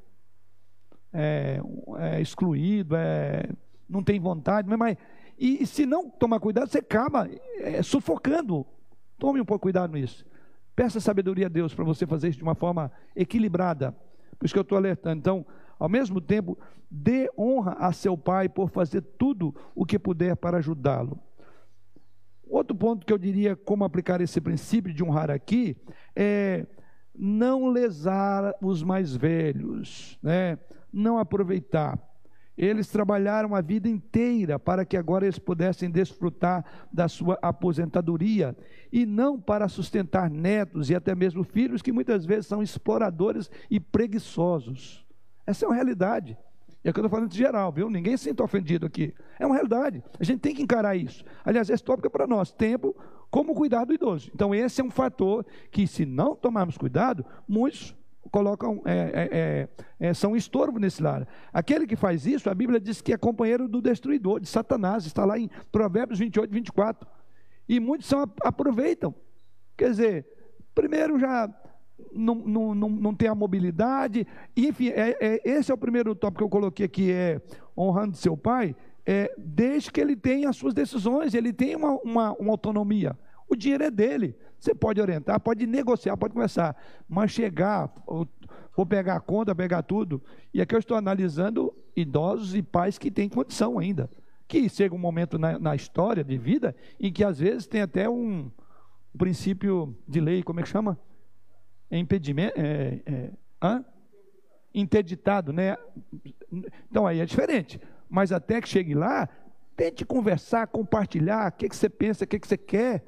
A: é, é, excluído, é, não tem vontade, mas, e, e se não tomar cuidado, você acaba é, sufocando. Tome um pouco cuidado nisso. Peça sabedoria a Deus para você fazer isso de uma forma equilibrada. Por isso que eu estou alertando. Então, ao mesmo tempo, dê honra a seu pai por fazer tudo o que puder para ajudá-lo. Outro ponto que eu diria como aplicar esse princípio de honrar aqui é não lesar os mais velhos, né? Não aproveitar. Eles trabalharam a vida inteira para que agora eles pudessem desfrutar da sua aposentadoria e não para sustentar netos e até mesmo filhos que muitas vezes são exploradores e preguiçosos. Essa é uma realidade. É o que eu estou falando de geral, viu? Ninguém se sinta ofendido aqui. É uma realidade. A gente tem que encarar isso. Aliás, esse tópico é para nós. Tempo como cuidar do idoso. Então esse é um fator que, se não tomarmos cuidado, muitos colocam, é, é, é, são estorvo nesse lar. Aquele que faz isso, a Bíblia diz que é companheiro do destruidor, de Satanás, está lá em Provérbios vinte e oito, vinte e quatro. E muitos são, aproveitam. Quer dizer, primeiro já não, não, não, não tem a mobilidade, enfim, é, é, esse é o primeiro tópico que eu coloquei aqui, é honrando seu pai, é, desde que ele tenha as suas decisões, ele tem uma, uma, uma autonomia. O dinheiro é dele. Você pode orientar, pode negociar, pode conversar, mas chegar, vou pegar a conta, pegar tudo. E aqui eu estou analisando idosos e pais que têm condição ainda. Que chega um momento na, na história de vida em que às vezes tem até um princípio de lei, como é que chama? É impedimento, é, é, hã? Interditado, né? Então aí é diferente. Mas até que chegue lá, tente conversar, compartilhar, o que, que você pensa, o que, que você quer.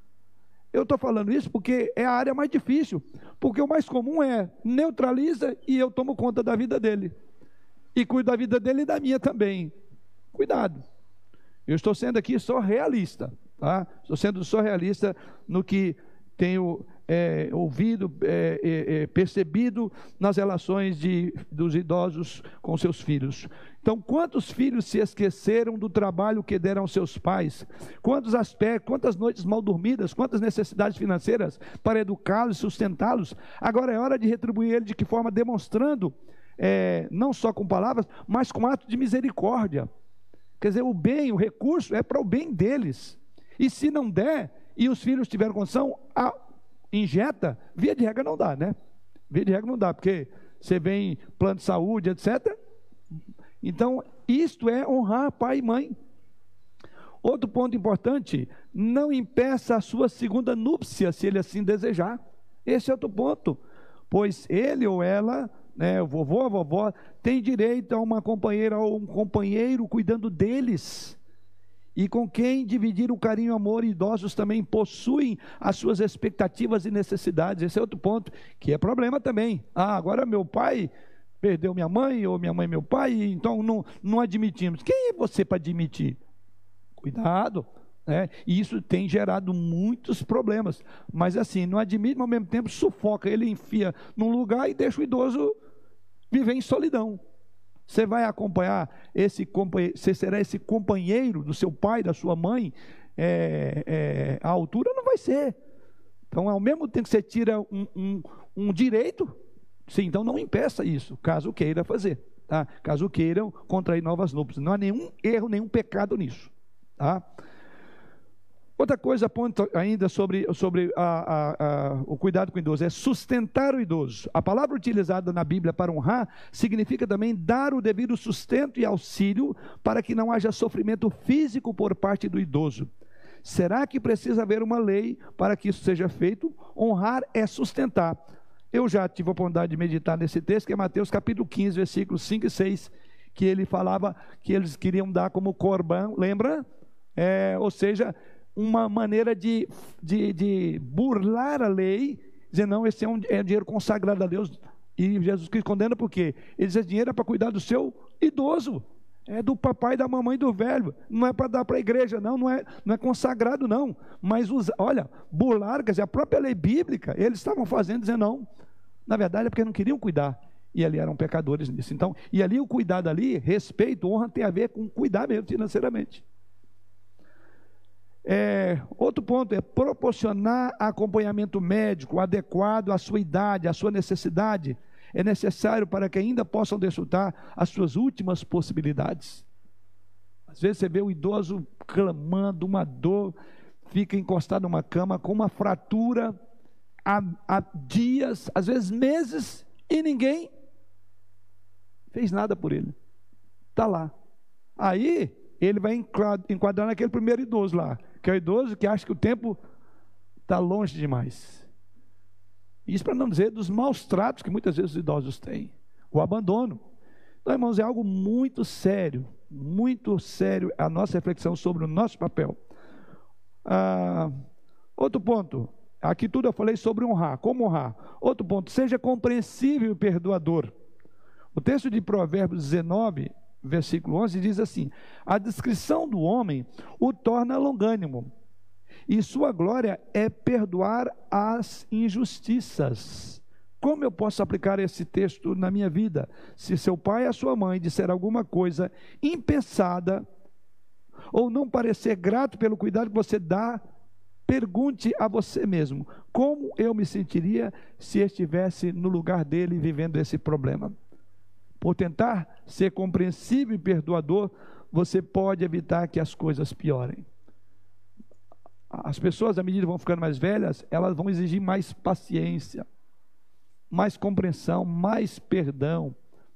A: Eu estou falando isso porque é a área mais difícil, porque o mais comum é neutraliza e eu tomo conta da vida dele. E cuido da vida dele e da minha também. Cuidado. Eu estou sendo aqui só realista, tá? Estou sendo só realista no que tenho é, ouvido, é, é, percebido nas relações de, dos idosos com seus filhos. Então, quantos filhos se esqueceram do trabalho que deram aos seus pais? Quantos aspectos, quantas noites mal dormidas, quantas necessidades financeiras para educá-los e sustentá-los? Agora é hora de retribuir ele de que forma? Demonstrando, é, não só com palavras, mas com ato de misericórdia. Quer dizer, o bem, o recurso é para o bem deles. E se não der, e os filhos tiveram condição, a, injeta, via de regra não dá, né? Via de regra não dá, porque você vem plano de saúde, etcétera. Então, isto é honrar pai e mãe. Outro ponto importante, não impeça a sua segunda núpcia, se ele assim desejar. Esse é outro ponto, pois ele ou ela, né, o vovô, a vovó, tem direito a uma companheira ou um companheiro cuidando deles, e com quem dividir o carinho e o amor. Idosos também possuem as suas expectativas e necessidades. Esse é outro ponto, que é problema também. Ah, agora meu pai perdeu minha mãe, ou minha mãe meu pai, então não, não admitimos. Quem é você para admitir? Cuidado, né? E isso tem gerado muitos problemas. Mas assim, não admite, mas ao mesmo tempo sufoca. Ele enfia num lugar e deixa o idoso viver em solidão. Você vai acompanhar esse companheiro, você será esse companheiro do seu pai, da sua mãe, é, é, a altura não vai ser. Então, ao mesmo tempo que você tira um, um, um direito, sim, então não impeça isso, caso queira fazer, tá? Caso queiram contrair novas núpcias. Não há nenhum erro, nenhum pecado nisso, tá? Outra coisa, ponto ainda sobre, sobre a, a, a, o cuidado com o idoso, é sustentar o idoso. A palavra utilizada na Bíblia para honrar significa também dar o devido sustento e auxílio para que não haja sofrimento físico por parte do idoso. Será que precisa haver uma lei para que isso seja feito? Honrar é sustentar. Eu já tive a oportunidade de meditar nesse texto, que é Mateus capítulo quinze, versículos cinco e seis, que ele falava que eles queriam dar como corban, lembra? É, ou seja, uma maneira de, de, de burlar a lei, dizer, não, esse é um é dinheiro consagrado a Deus, e Jesus Cristo condena por quê? Ele diz, esse dinheiro é para cuidar do seu idoso, é do papai, da mamãe, do velho, não é para dar para a igreja, não, não é, não é consagrado não, mas usa, olha, burlar, quer dizer, a própria lei bíblica, eles estavam fazendo, dizendo não, na verdade é porque não queriam cuidar, e ali eram pecadores nisso. Então, e ali o cuidado ali, respeito, honra, tem a ver com cuidar mesmo financeiramente. É, outro ponto é proporcionar acompanhamento médico adequado à sua idade, à sua necessidade. É necessário para que ainda possam desfrutar as suas últimas possibilidades. Às vezes você vê o idoso clamando, uma dor, fica encostado numa cama com uma fratura há, há dias, às vezes meses, e ninguém fez nada por ele. Está lá. Aí ele vai enquadrar naquele primeiro idoso lá, que é o idoso que acha que o tempo está longe demais. Isso para não dizer dos maus tratos que muitas vezes os idosos têm, o abandono. Então, irmãos, é algo muito sério, muito sério a nossa reflexão sobre o nosso papel. Ah, outro ponto, aqui tudo eu falei sobre honrar, como honrar. Outro ponto, seja compreensível e perdoador. O texto de Provérbios dezenove, versículo onze, diz assim: a discrição do homem o torna longânimo, e sua glória é perdoar as injustiças. Como eu posso aplicar esse texto na minha vida? Se seu pai ou sua mãe disser alguma coisa impensada, ou não parecer grato pelo cuidado que você dá, pergunte a você mesmo, como eu me sentiria se estivesse no lugar dele vivendo esse problema? Por tentar ser compreensível e perdoador, você pode evitar que as coisas piorem. As pessoas, à medida que vão ficando mais velhas, elas vão exigir mais paciência, mais compreensão, mais perdão,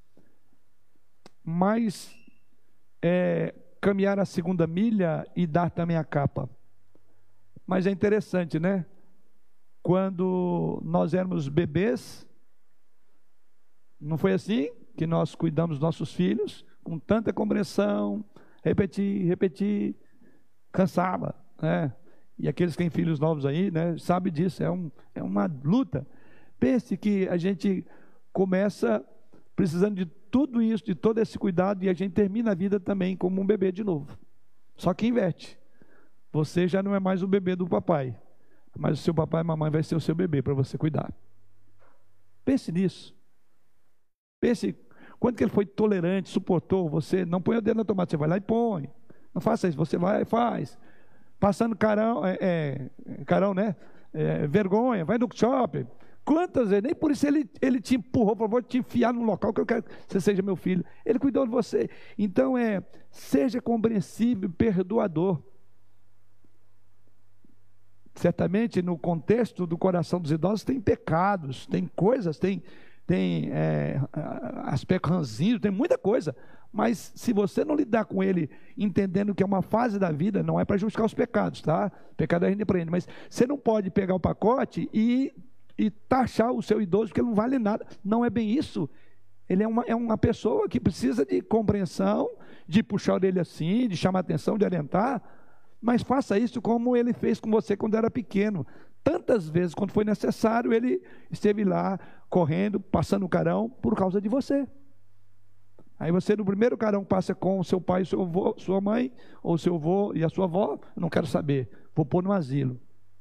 A: mais é, caminhar a segunda milha e dar também a capa. Mas é interessante, né? Quando nós éramos bebês, não foi assim que nós cuidamos dos nossos filhos, com tanta compreensão, repetir, repetir, cansava, né? E aqueles que têm filhos novos aí, né, sabem disso, é, um, é uma luta. Pense que a gente começa precisando de tudo isso, de todo esse cuidado, e a gente termina a vida também como um bebê de novo. Só que inverte. Você já não é mais o bebê do papai, mas o seu papai e mamãe vai ser o seu bebê para você cuidar. Pense nisso. Pense quanto que ele foi tolerante, suportou. Você não põe o dedo na tomada, você vai lá e põe. Não faça isso, você vai e faz. Passando carão, é, é, carão, né? É, vergonha, vai no shopping. Quantas vezes, nem por isso ele, ele te empurrou, por favor, te enfiar num local que eu quero que você seja meu filho. Ele cuidou de você. Então, é, seja compreensível, perdoador. Certamente, no contexto do coração dos idosos, tem pecados, tem coisas, tem, tem é, aspecto ranzinho, tem muita coisa. Mas se você não lidar com ele entendendo que é uma fase da vida, não é para justificar os pecados, tá? Pecado a gente aprende, mas você não pode pegar o pacote e, e taxar o seu idoso, porque ele não vale nada. Não é bem isso. Ele é uma, é uma pessoa que precisa de compreensão, de puxar a orelha assim, de chamar atenção, de orientar, mas faça isso como ele fez com você quando era pequeno. Tantas vezes, quando foi necessário, ele esteve lá, correndo, passando o carão, por causa de você. Aí você, no primeiro carão, passa com o seu pai e seu avô, sua mãe, ou seu avô e a sua avó, não quero saber, vou pôr no asilo.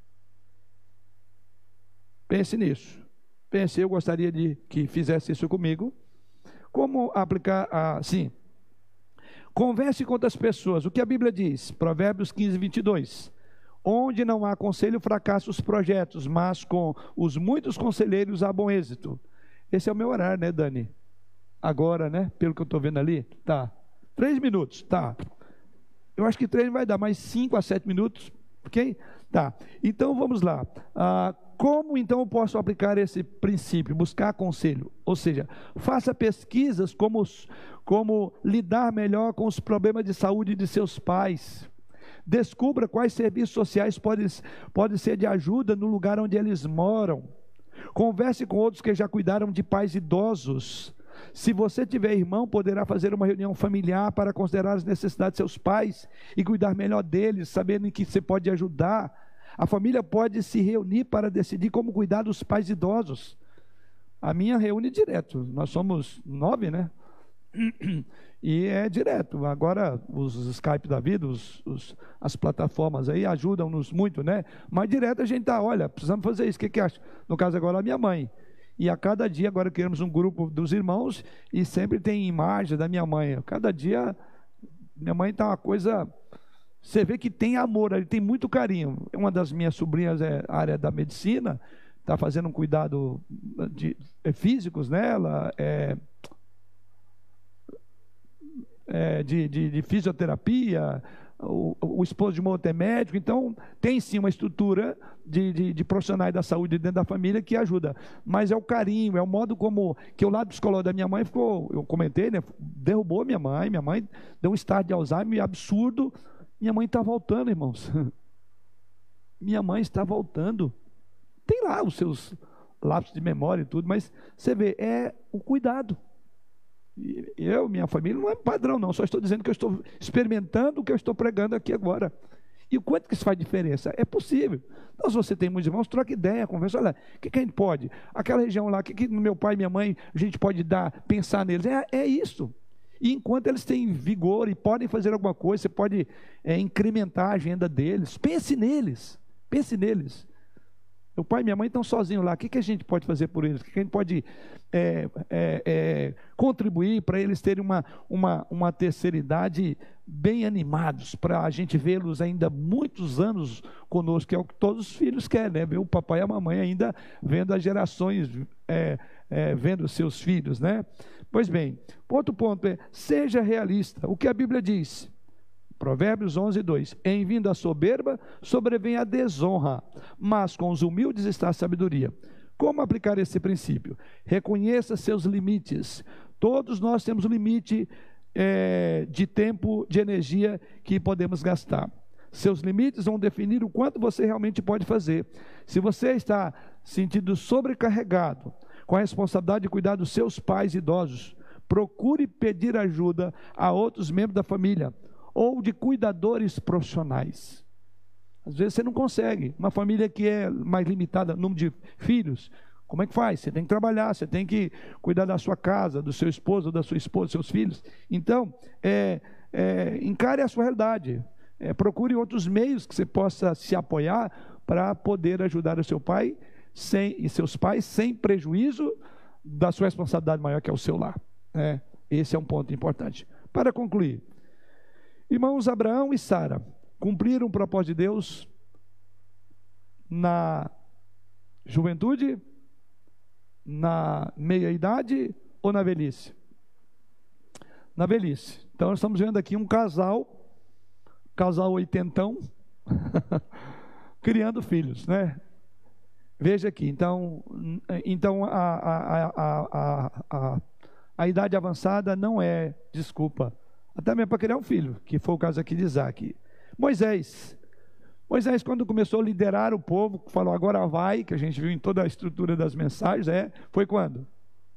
A: Pense nisso. Pense, eu gostaria de que fizesse isso comigo. Como aplicar assim? Converse com outras pessoas. O que a Bíblia diz? Provérbios quinze, vinte e dois. Onde não há conselho, fracassam os projetos, mas com os muitos conselheiros há bom êxito. Esse é o meu horário, né, Dani? Agora, né? Pelo que eu estou vendo ali, tá. Três minutos, tá. Eu acho que três vai dar mais cinco a sete minutos, ok? Tá. Então vamos lá. Ah, como então eu posso aplicar esse princípio? Buscar conselho. Ou seja, faça pesquisas como, como lidar melhor com os problemas de saúde de seus pais. Descubra quais serviços sociais podem, podem ser de ajuda no lugar onde eles moram. Converse com outros que já cuidaram de pais idosos. Se você tiver irmão, poderá fazer uma reunião familiar para considerar as necessidades de seus pais e cuidar melhor deles, sabendo que você pode ajudar. A família pode se reunir para decidir como cuidar dos pais idosos. A minha reúne direto, nós somos nove, né? E é direto. Agora os Skype da vida, os, os, as plataformas aí ajudam-nos muito, né? Mas direto a gente está, olha, precisamos fazer isso, o que que acha? No caso agora a minha mãe. E a cada dia, agora criamos um grupo dos irmãos, e sempre tem imagem da minha mãe. Cada dia, minha mãe está uma coisa... Você vê que tem amor, ele tem muito carinho. Uma das minhas sobrinhas é a área da medicina, está fazendo um cuidado de, de físicos nela, é, é, de, de, de fisioterapia, o, o esposo de uma outra é médico. Então tem sim uma estrutura de, de, de profissionais da saúde dentro da família que ajuda, mas é o carinho, é o modo como, que o lado psicológico da minha mãe ficou, eu comentei, né, derrubou minha mãe, minha mãe deu um estado de Alzheimer absurdo. Minha mãe está voltando, irmãos. Minha mãe está voltando. Tem lá os seus lapsos de memória e tudo, mas você vê, é o cuidado. Eu, minha família, não é padrão não, só estou dizendo que eu estou experimentando o que eu estou pregando aqui agora. E o quanto que isso faz diferença? É possível. Então, se você tem muitos irmãos, troca ideia, conversa. Olha, o que, que a gente pode? Aquela região lá, o que, que no meu pai e minha mãe a gente pode dar, pensar neles? É, é isso. E enquanto eles têm vigor e podem fazer alguma coisa, você pode é, incrementar a agenda deles. Pense neles, pense neles. Meu pai e minha mãe estão sozinhos lá, o que, que a gente pode fazer por eles? O que, que a gente pode é, é, é, contribuir para eles terem uma, uma, uma terceira idade bem animados, para a gente vê-los ainda muitos anos conosco, que é o que todos os filhos querem, né? Ver o papai e a mamãe ainda vendo as gerações, é, é, vendo os seus filhos, né? Pois bem, outro ponto é, seja realista. O que a Bíblia diz? Provérbios onze, dois. Em vindo a soberba, sobrevém a desonra, mas com os humildes está a sabedoria. Como aplicar esse princípio? Reconheça seus limites. Todos nós temos um limite é, de tempo, de energia que podemos gastar. Seus limites vão definir o quanto você realmente pode fazer. Se você está sentindo sobrecarregado, com a responsabilidade de cuidar dos seus pais idosos, procure pedir ajuda a outros membros da família, ou de cuidadores profissionais. Às vezes você não consegue. Uma família que é mais limitada, número de filhos, como é que faz? Você tem que trabalhar, você tem que cuidar da sua casa, do seu esposo, da sua esposa, dos seus filhos. Então, é, é, encare a sua realidade. É, procure outros meios que você possa se apoiar para poder ajudar o seu pai sem, e seus pais sem prejuízo da sua responsabilidade maior, que é o seu lar. É, esse é um ponto importante. Para concluir, irmãos, Abraão e Sara cumpriram o propósito de Deus na juventude, na meia-idade ou na velhice? Na velhice. Então nós estamos vendo aqui um casal, casal oitentão, criando filhos, né? Veja aqui, então, então a, a, a, a, a, a idade avançada não é desculpa, até mesmo para criar um filho, que foi o caso aqui de Isaac. Moisés, Moisés quando começou a liderar o povo, falou agora vai, que a gente viu em toda a estrutura das mensagens, é, foi quando?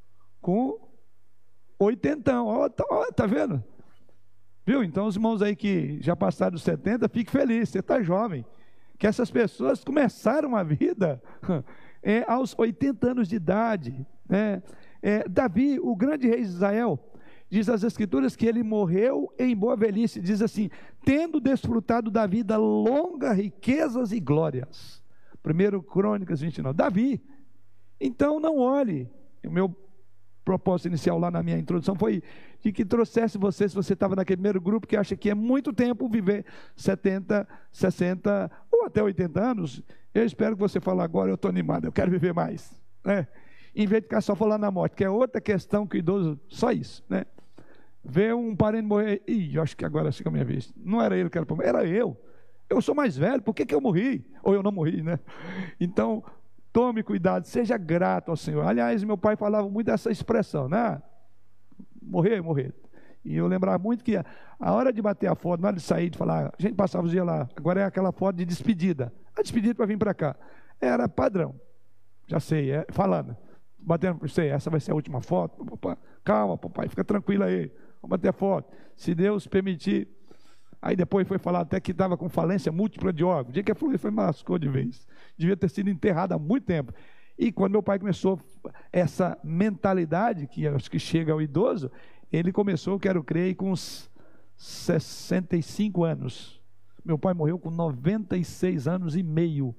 A: Com oitentão, ó, tá, ó, tá vendo? Viu? Então os irmãos aí que já passaram dos setenta, fique feliz, você está jovem, que essas pessoas começaram a vida é, aos oitenta anos de idade, né? É, Davi, o grande rei de Israel, diz as Escrituras que ele morreu em boa velhice, diz assim, tendo desfrutado da vida longa, riquezas e glórias. primeiro Crônicas vinte e nove, Davi. Então não olhe, o meu propósito inicial lá na minha introdução foi de que trouxesse você, se você estava naquele primeiro grupo que acha que é muito tempo viver setenta, sessenta ou até oitenta anos, eu espero que você fale agora, eu estou animado, eu quero viver mais, né? Em vez de ficar só falando na morte, que é outra questão que o idoso, só isso, né? Ver um parente morrer, ih, eu acho que agora chega a minha vez, não era ele que era para morrer, era eu, eu sou mais velho, por que, que eu morri? Ou eu não morri, né? Então, tome cuidado, seja grato ao Senhor. Aliás, meu pai falava muito dessa expressão, né? Morrer, morrer. E eu lembrava muito que a hora de bater a foto, na hora de sair, de falar, a gente passava os dias lá, agora é aquela foto de despedida. A despedida para vir para cá. Era padrão, já sei, é, falando, batendo por você, essa vai ser a última foto, papai. Calma, papai, fica tranquilo aí, vamos bater a foto. Se Deus permitir. Aí depois foi falar até que estava com falência múltipla de órgãos. O dia que a fluir foi mascou de vez. Devia ter sido enterrado há muito tempo. E quando meu pai começou essa mentalidade, que acho que chega ao idoso, ele começou, quero crer, com uns sessenta e cinco anos. Meu pai morreu com noventa e seis anos e meio.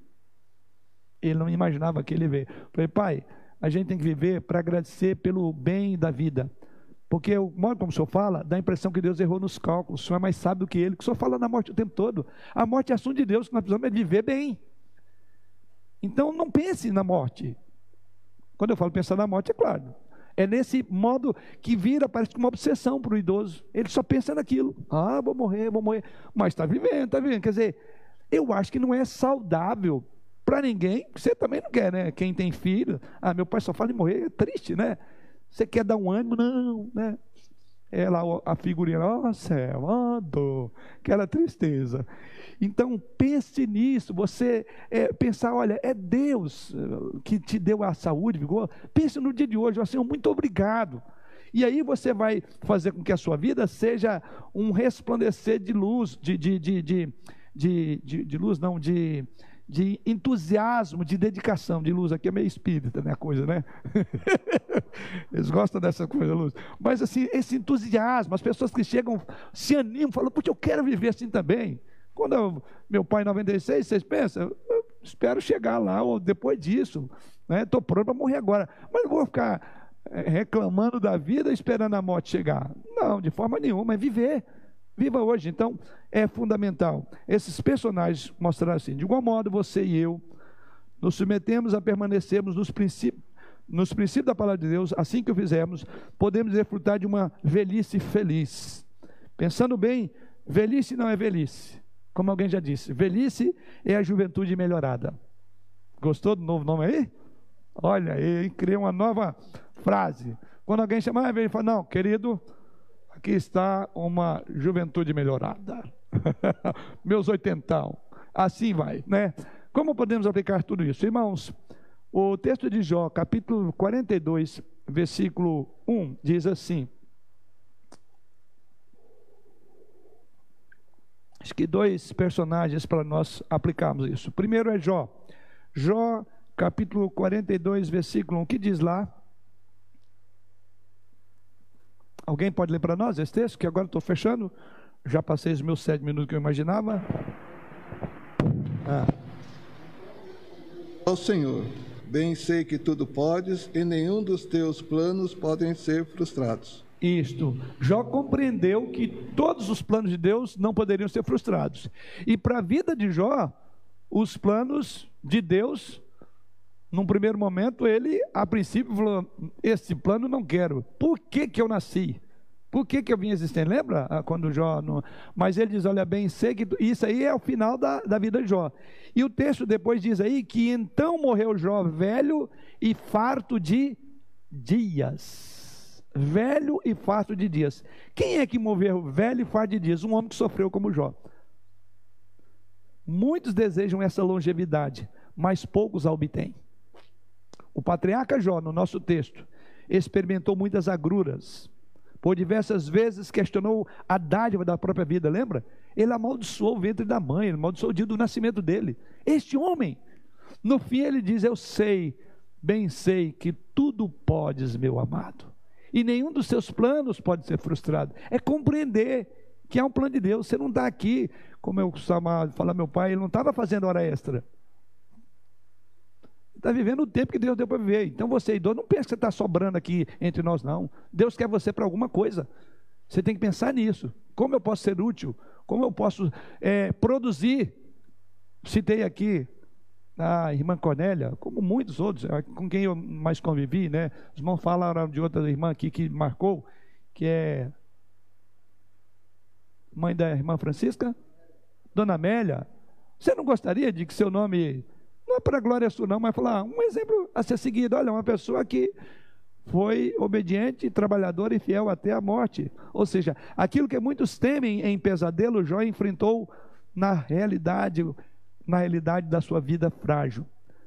A: Ele não imaginava que ele ia ver. Falei, pai, a gente tem que viver para agradecer pelo bem da vida. Porque o modo como o senhor fala, dá a impressão que Deus errou nos cálculos. O senhor é mais sábio do que ele, que o senhor fala na morte o tempo todo. A morte é assunto de Deus, que nós precisamos é viver bem. Então não pense na morte. Quando eu falo pensar na morte, é claro, é nesse modo que vira, parece que uma obsessão para o idoso. Ele só pensa naquilo. Ah, vou morrer, vou morrer. Mas está vivendo, está vivendo. Quer dizer, eu acho que não é saudável para ninguém. Você também não quer, né? Quem tem filho, ah, meu pai só fala em morrer, é triste, né? Você quer dar um ânimo? Não, né? É lá a figurinha, ó céu, ó dor, aquela tristeza. Então pense nisso, você é, pensar, olha, é Deus que te deu a saúde, vigor. Pense no dia de hoje, ó Senhor, muito obrigado. E aí você vai fazer com que a sua vida seja um resplandecer de luz, de, de, de, de, de, de, de luz não, de, de entusiasmo, de dedicação, de luz. Aqui é meio espírita, né, a coisa, né? Eles gostam dessa coisa, luz. Mas assim, esse entusiasmo, as pessoas que chegam, se animam, falam, putz, eu quero viver assim também. Quando eu, meu pai em noventa e seis, vocês pensam, eu espero chegar lá, ou depois disso, né? Estou pronto para morrer agora. Mas não vou ficar reclamando da vida, esperando a morte chegar. Não, de forma nenhuma, é viver. Viva hoje. Então, é fundamental. Esses personagens mostraram assim, de igual modo, você e eu nos submetemos a permanecermos nos princípios, nos princípios da palavra de Deus. Assim que o fizermos, podemos desfrutar de uma velhice feliz. Pensando bem, velhice não é velhice. Como alguém já disse, velhice é a juventude melhorada. Gostou do novo nome aí? Olha aí, criei uma nova frase. Quando alguém chama, ele fala, não, querido, aqui está uma juventude melhorada. Meus oitentão. Assim vai, né? Como podemos aplicar tudo isso? Irmãos, o texto de Jó, capítulo quarenta e dois, versículo um, diz assim. Acho que dois personagens para nós aplicarmos isso. Primeiro é Jó. Jó, capítulo quarenta e dois, versículo um. O que diz lá? Alguém pode ler para nós esse texto? Que agora estou fechando. Já passei os meus sete minutos que eu imaginava.
D: Ah. Ó Senhor, bem sei que tudo podes e nenhum dos teus planos podem ser frustrados.
A: Isto, Jó compreendeu que todos os planos de Deus não poderiam ser frustrados. E para a vida de Jó, os planos de Deus, num primeiro momento, ele, a princípio, falou, esse plano não quero. Por que que eu nasci? Por que que eu vim existir? Lembra? Quando Jó... Não... Mas ele diz, olha bem, sei que... Isso aí é o final da, da vida de Jó. E o texto depois diz aí que então morreu Jó velho e farto de dias. Velho e farto de dias. Quem é que morreu velho e farto de dias? Um homem que sofreu como Jó. Muitos desejam essa longevidade, mas poucos a obtêm. O patriarca Jó, no nosso texto, experimentou muitas agruras. Por diversas vezes questionou a dádiva da própria vida, lembra? Ele amaldiçoou o ventre da mãe, ele amaldiçoou o dia do nascimento dele. Este homem, no fim ele diz, eu sei, bem sei que tudo podes, meu amado. E nenhum dos seus planos pode ser frustrado. É compreender que há um plano de Deus. Você não está aqui, como eu costumava falar, meu pai, ele não estava fazendo hora extra. Está vivendo o tempo que Deus deu para viver. Então você, idoso, não pensa que você está sobrando aqui entre nós, não. Deus quer você para alguma coisa. Você tem que pensar nisso. Como eu posso ser útil? Como eu posso é, produzir? Citei aqui a irmã Cornélia, como muitos outros, com quem eu mais convivi, né? Os irmãos falaram de outra irmã aqui que marcou, que é mãe da irmã Francisca, Dona Amélia. Você não gostaria de que seu nome, não é para glória sua não, mas falar um exemplo a ser seguido? Olha, uma pessoa que foi obediente, trabalhadora e fiel até a morte. Ou seja, aquilo que muitos temem em pesadelo, Jó enfrentou na realidade, na realidade da sua vida frágil.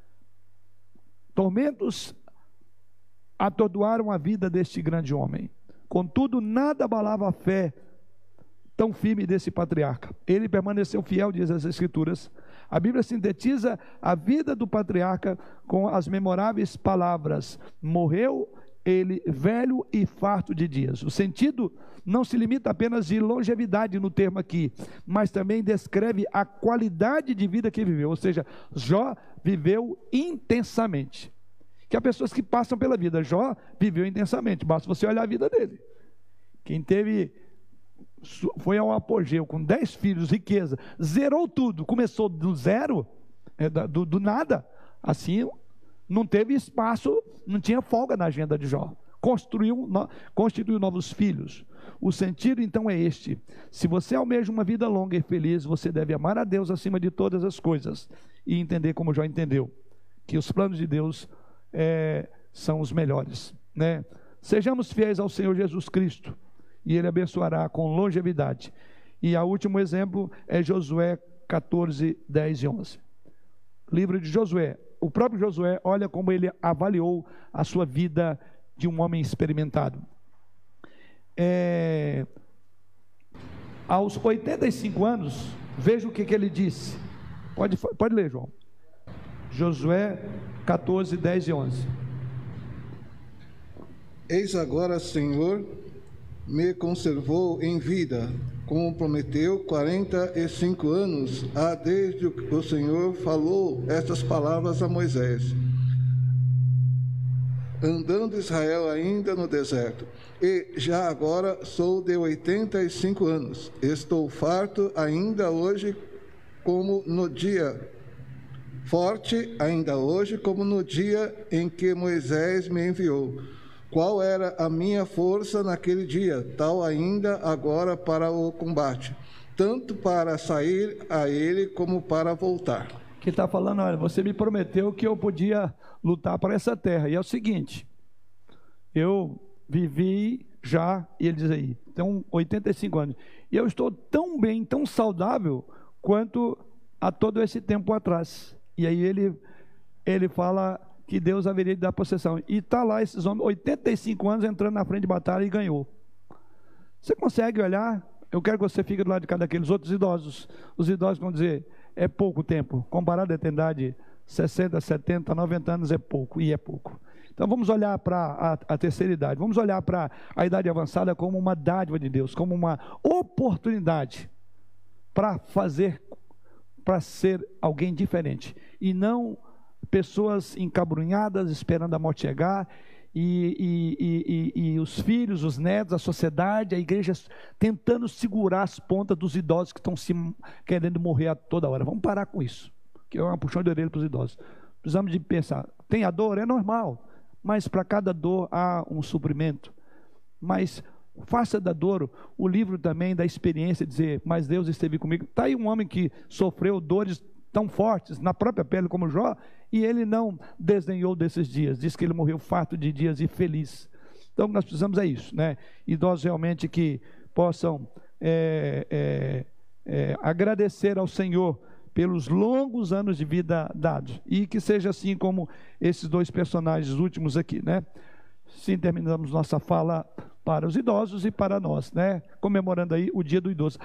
A: Tormentos atordoaram a vida deste grande homem. Contudo, nada abalava a fé tão firme desse patriarca. Ele permaneceu fiel, diz as Escrituras. A Bíblia sintetiza a vida do patriarca com as memoráveis palavras: morreu ele velho e farto de dias. O sentido não se limita apenas de longevidade no termo aqui, mas também descreve a qualidade de vida que viveu. Ou seja, Jó viveu intensamente. Que há pessoas que passam pela vida. Jó viveu intensamente, basta você olhar a vida dele. Quem teve, foi ao apogeu, com dez filhos, riqueza, zerou tudo, começou do zero, é, do, do nada, assim, não teve espaço, não tinha folga na agenda de Jó. Construiu, no, constituiu novos filhos. O sentido então é este: se você almeja uma vida longa e feliz, você deve amar a Deus acima de todas as coisas e entender como Jó entendeu, que os planos de Deus é, são os melhores, né? Sejamos fiéis ao Senhor Jesus Cristo e Ele abençoará com longevidade. E o último exemplo é Josué catorze, dez e onze. Livro de Josué. O próprio Josué, olha como ele avaliou a sua vida de um homem experimentado. É, aos oitenta e cinco anos, veja o que, que ele disse. Pode, pode ler, João. Josué quatorze, dez e onze.
D: Eis agora, Senhor, me conservou em vida, como prometeu, quarenta e cinco anos há desde que o Senhor falou estas palavras a Moisés, andando Israel ainda no deserto. E já agora sou de oitenta e cinco anos, estou farto ainda hoje como no dia, forte ainda hoje como no dia em que Moisés me enviou. Qual era a minha força naquele dia, tal ainda agora para o combate, tanto para sair a ele como para voltar.
A: Que está falando, olha, você me prometeu que eu podia lutar para essa terra. E é o seguinte, eu vivi já, e ele diz aí, então oitenta e cinco anos, e eu estou tão bem, tão saudável, quanto há todo esse tempo atrás. E aí ele, ele fala que Deus haveria de dar possessão. E está lá esses homens, oitenta e cinco anos, entrando na frente de batalha e ganhou. Você consegue olhar? Eu quero que você fique do lado de cada daqueles outros idosos. Os idosos vão dizer, é pouco tempo. Comparado à eternidade, sessenta, setenta, noventa anos é pouco, e é pouco. Então vamos olhar para a, a terceira idade, vamos olhar para a idade avançada como uma dádiva de Deus, como uma oportunidade para fazer, para ser alguém diferente. E não pessoas encabrunhadas, esperando a morte chegar, e, e, e, e, e os filhos, os netos, a sociedade, a igreja tentando segurar as pontas dos idosos que estão se querendo morrer a toda hora. Vamos parar com isso, que é uma puxão de orelha para os idosos. Precisamos de pensar, tem a dor? É normal, mas para cada dor há um suprimento. Mas faça da dor o livro também da experiência, dizer, mas Deus esteve comigo. Está aí um homem que sofreu dores tão fortes na própria pele como Jó, e ele não desdenhou desses dias, diz que ele morreu farto de dias e feliz. Então nós precisamos é isso, né? Idosos realmente que possam é, é, é, agradecer ao Senhor pelos longos anos de vida dados, e que seja assim como esses dois personagens últimos aqui, né? Sim, terminamos nossa fala para os idosos e para nós, né? Comemorando aí o Dia do Idoso.